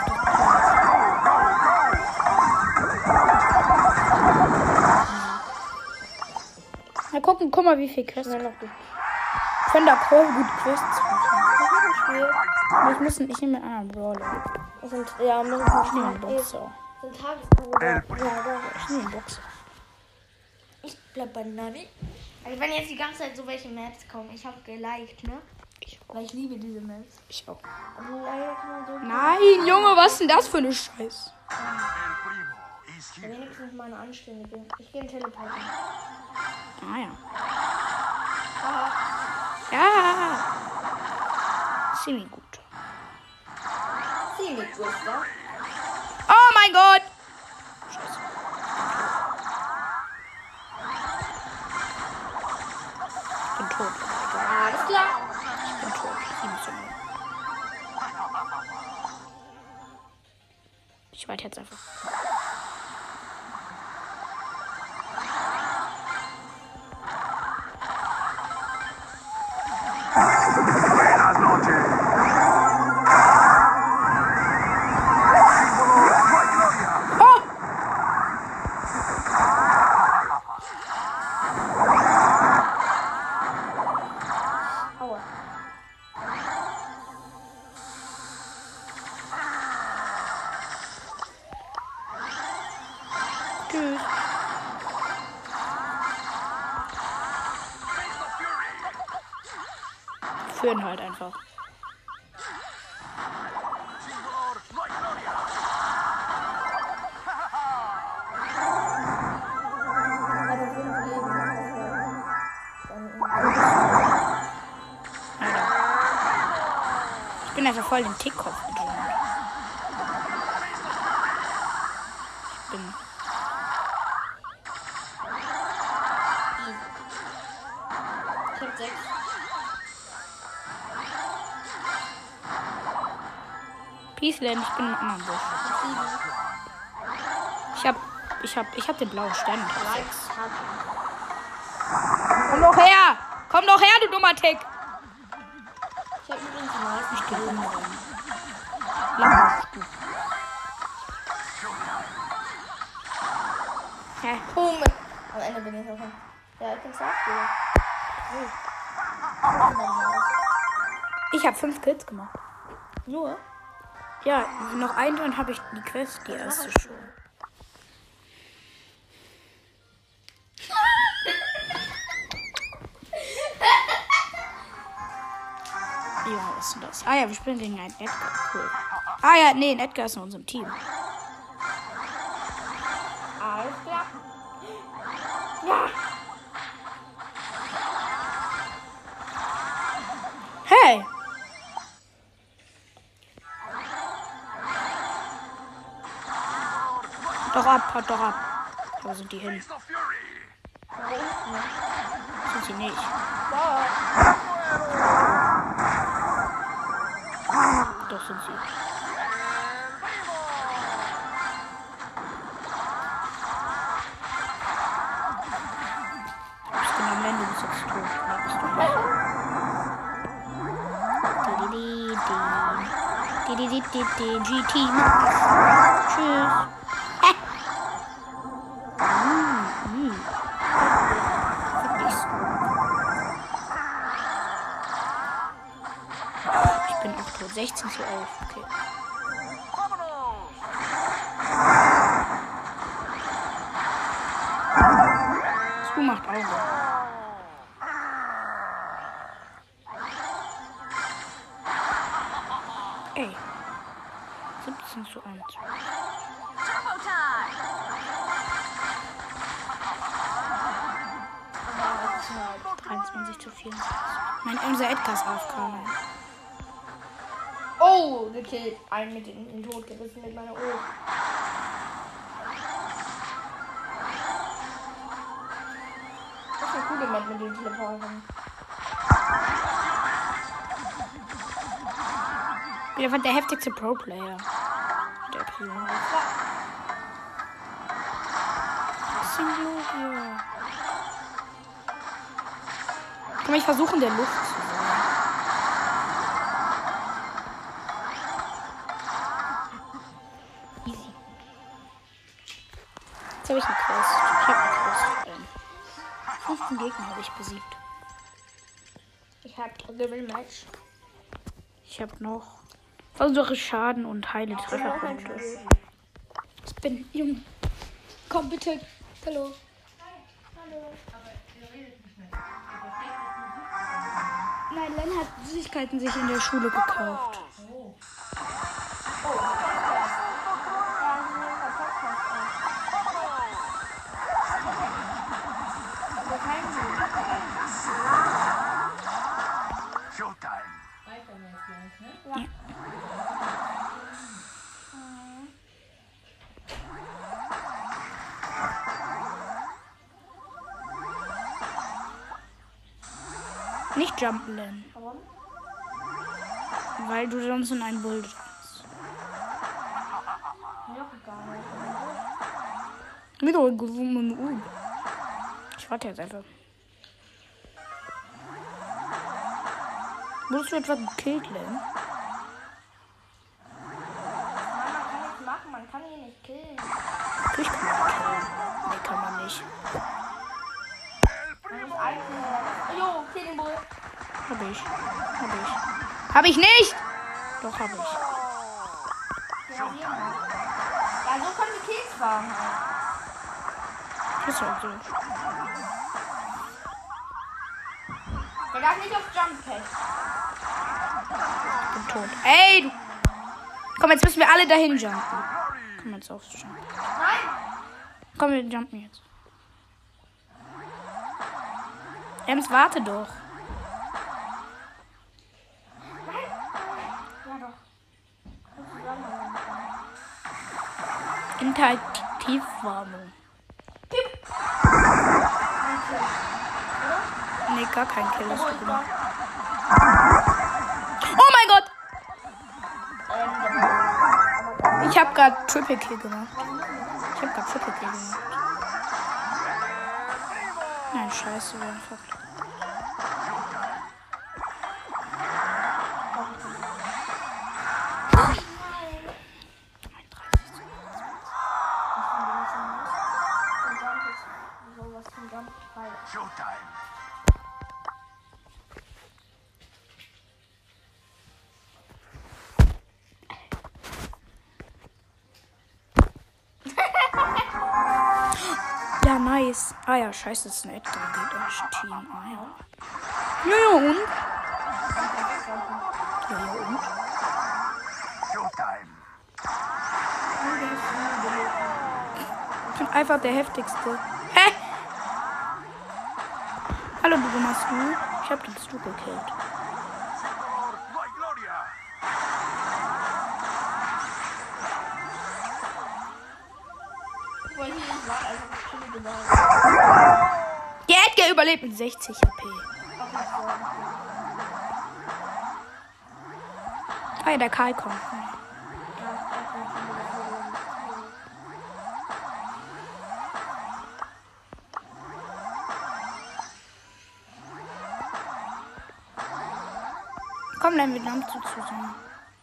Na gucken, guck mal, wie viel Quests. Schnell noch gut. Von der Call gut Quests machen. Spiel. Nee, Ich muss ich nehme einen anderen Brawler. Das sind, ja, mindestens Ich nehme einen elf. Boxer. Sind Tagesprobe. Ja, da. Ich nehme einen Boxer. Ich bleib bei Nani. Also wenn jetzt die ganze Zeit so welche Maps kommen, ich habe geliked, ne? Ich auch. Weil ich liebe diese Maps. Ich auch. Aber leider kann man so Nein, Junge, was ist denn das für eine Scheiß? wenigstens mal eine anständige. Ich gehe in Teleporten. Ah ja. Ja. Ziemlich gut. Ziemlich gut, ja? Oh mein Gott! Scheiße. Ich bin tot. Alles klar. Ich bin tot. sieben zu null. Ich warte jetzt einfach. Buenas noches. Oh! Aua. Tschüss. Führen halt einfach. Aber fünf Leben. Ich bin einfach voll im Tickkopf drin. Ich bin. Ich hab sechs. Peaceland, ich bin im anderen Busch. Ich hab. Ich hab. Ich hab den blauen Stern. Sechs hab Komm doch her! Komm doch her, du dummer Tick! ich. hab übrigens die meisten. Ich geh umrennen. Lampenstuhl. Hä? Boom. Am Ende bin ich noch hin. Ja, ich bin's auch wieder. Ich habe fünf Kills gemacht. Nur? Ja, noch einen dann habe ich die Quest, die erste schon. Ja, was ist denn das? Ah ja, wir spielen gegen einen Edgar. Cool. Ah ja, nee, Edgar ist in unserem Team. Alles klar. Ja. Hey! Doch ab, haut doch ab. Wo sind die hin? Beast of Fury! Sind sie nicht. Doch sind sie. Ich bin am Ende, du bist jetzt tot. Nee, bist du nicht. Di, di, di, di. Di, di, di, di, di. G T. Tschüss. Hä? Mm, mm. Fick dich. Ich bin auch tot. sechzehn zu elf. Okay. Stu macht Auge. Ey. siebzehn zu eins. Turbo time! dreiundzwanzig zu vierundzwanzig. Mein unser Edgar ist aufgekommen. Oh, gekillt. Einen mit in den Tod gerissen mit meiner Ult. Das ist eine coole Map mit den Teleportern. Der war der heftigste Pro-Player. Der Primo. Was sind wir hier? Kann ich versuchen, der Luft zu sein? Easy. Jetzt habe ich eine Quest. Ich habe eine Quest. Ähm, fünften Gegner habe ich besiegt. Ich hab Gewinn Match. Ich habe noch versuche Schaden und heile Trefferpunkte. Ich bin jung. Komm bitte. Hallo. Nein, Len hat Süßigkeiten sich in der Schule gekauft. Showtime! Nicht jumpen, Len. Warum? Weil du sonst in einen Bull drehst. Mir auch egal. Mit euch gewungen. Ich warte jetzt einfach. Wurdest du etwa gekillt, Len? Mann, man kann nichts machen, man kann ihn nicht killen. Ich kann man killen. Nee, kann man nicht. Man muss eigene. Jo, kill den Bull. Hab ich. Hab ich. Hab ich nicht! Doch, hab ich. Ja, hier mal. Ja, so können wir Kills fahren. Ist halt so. Der darf nicht auf Jump Pad. Ich bin tot. Ey! Du. Komm, jetzt müssen wir alle dahin jumpen. Komm jetzt aufs Jumpen. Nein! Komm, wir jumpen jetzt. Ems, warte doch. Ja, doch. Muss zusammen. Interaktivwarnung. Nee, gar kein Kill hast du gemacht. Oh mein Gott! Ich hab grad Triple Kill gemacht. Ich hab grad Triple Kill gemacht. Nein, scheiße, wir haben verkackt. Ja, nice. Ah ja, scheiße, das ist ein Edgar Team. Ah ja. Ja, ja, und? Ja, ja, und? Showtime. Ich bin einfach der heftigste. Hä? Hallo, du machst du? Ich hab den Stu gekillt. My Gloria. Wollte ich nicht warten, also ich bin gesagt. Der Edgar überlebt mit sechzig H P. Ah ja, der Karl kommt. Komm, dann mit Lamp zu zusammen.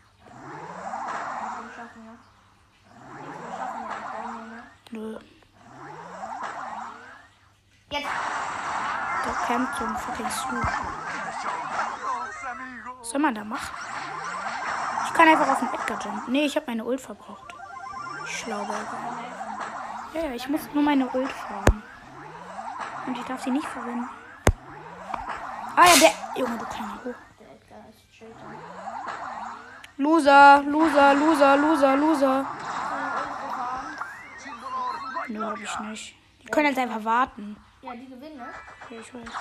Wir schaffen ja. Wir schaffen ja. Nö. Jetzt! Der kämpft so ein fucking Stu. Los, amigos. Was soll man da machen? Ich kann einfach auf den Edgar jumpen. Nee, ich habe meine Ult verbraucht. Schlau, ja, ja, ich muss nur meine Ult fahren. Und ich darf sie nicht verwenden. Ah ja, der... Junge, du kleiner Hoch. Der Edgar ist straight up. Loser, Loser, Loser, Loser, Loser. Nö, hab ich nicht. Die können jetzt einfach warten. Ja, die gewinnen, ne? Ja, ich weiß.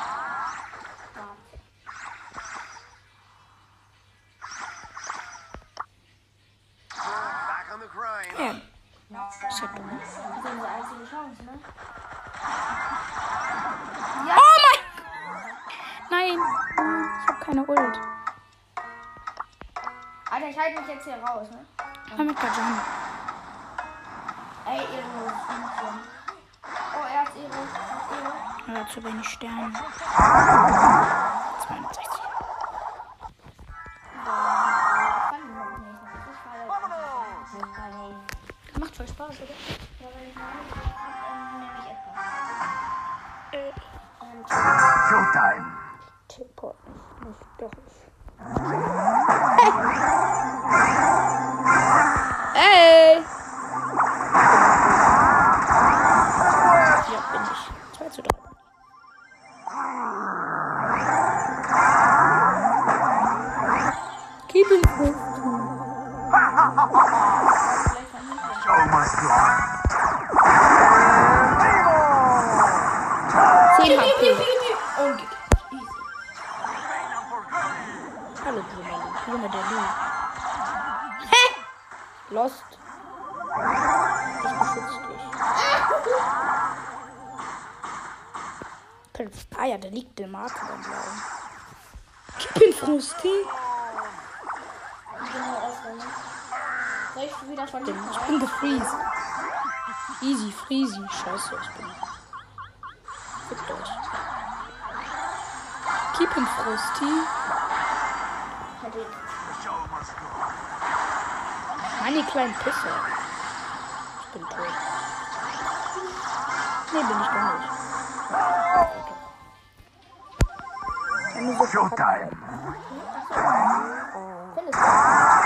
Back on the grind. Ja. Ist ja dumm. Das ist unsere einzige Chance, ne? Oh mein Gott! Nein. Ich hab keine Ult. Alter, ich halte mich jetzt hier raus, ne? Komm mit der Jump. Ey, Ero, Fünfchen. Oh, er hat Ero. Er hat Ero. Er hat zu wenig Sterne. zweiundsechzig. Kann ich noch nicht. Das ist halt. Macht voll Spaß, oder? Ja, wenn ich meine, ich hab ähm, nämlich etwas. Showtime. Tippot nicht. Doch nicht. Hey! Ja, bin ich. zwei zu drei. Keep it cool. Show must go on. zehn H P. Und geht. Hallo, Bruder. Junge, der Lu. Hä? Lost. Ich beschütze dich. Ah ja, da liegt der Marker beim Blauen. Ich bin frustriert. Ich bin nur ausgegangen. Soll ich wieder von Ich hinten rein? bin gefreezed. Easy, freezy. Scheiße, ich bin. Fickt euch. Keep him frosty. Hätte ich. The show must go on. Meine kleinen Pisser. Ich bin tot. Nee, bin ich doch nicht. Ja, nur so Showtime. Findest du?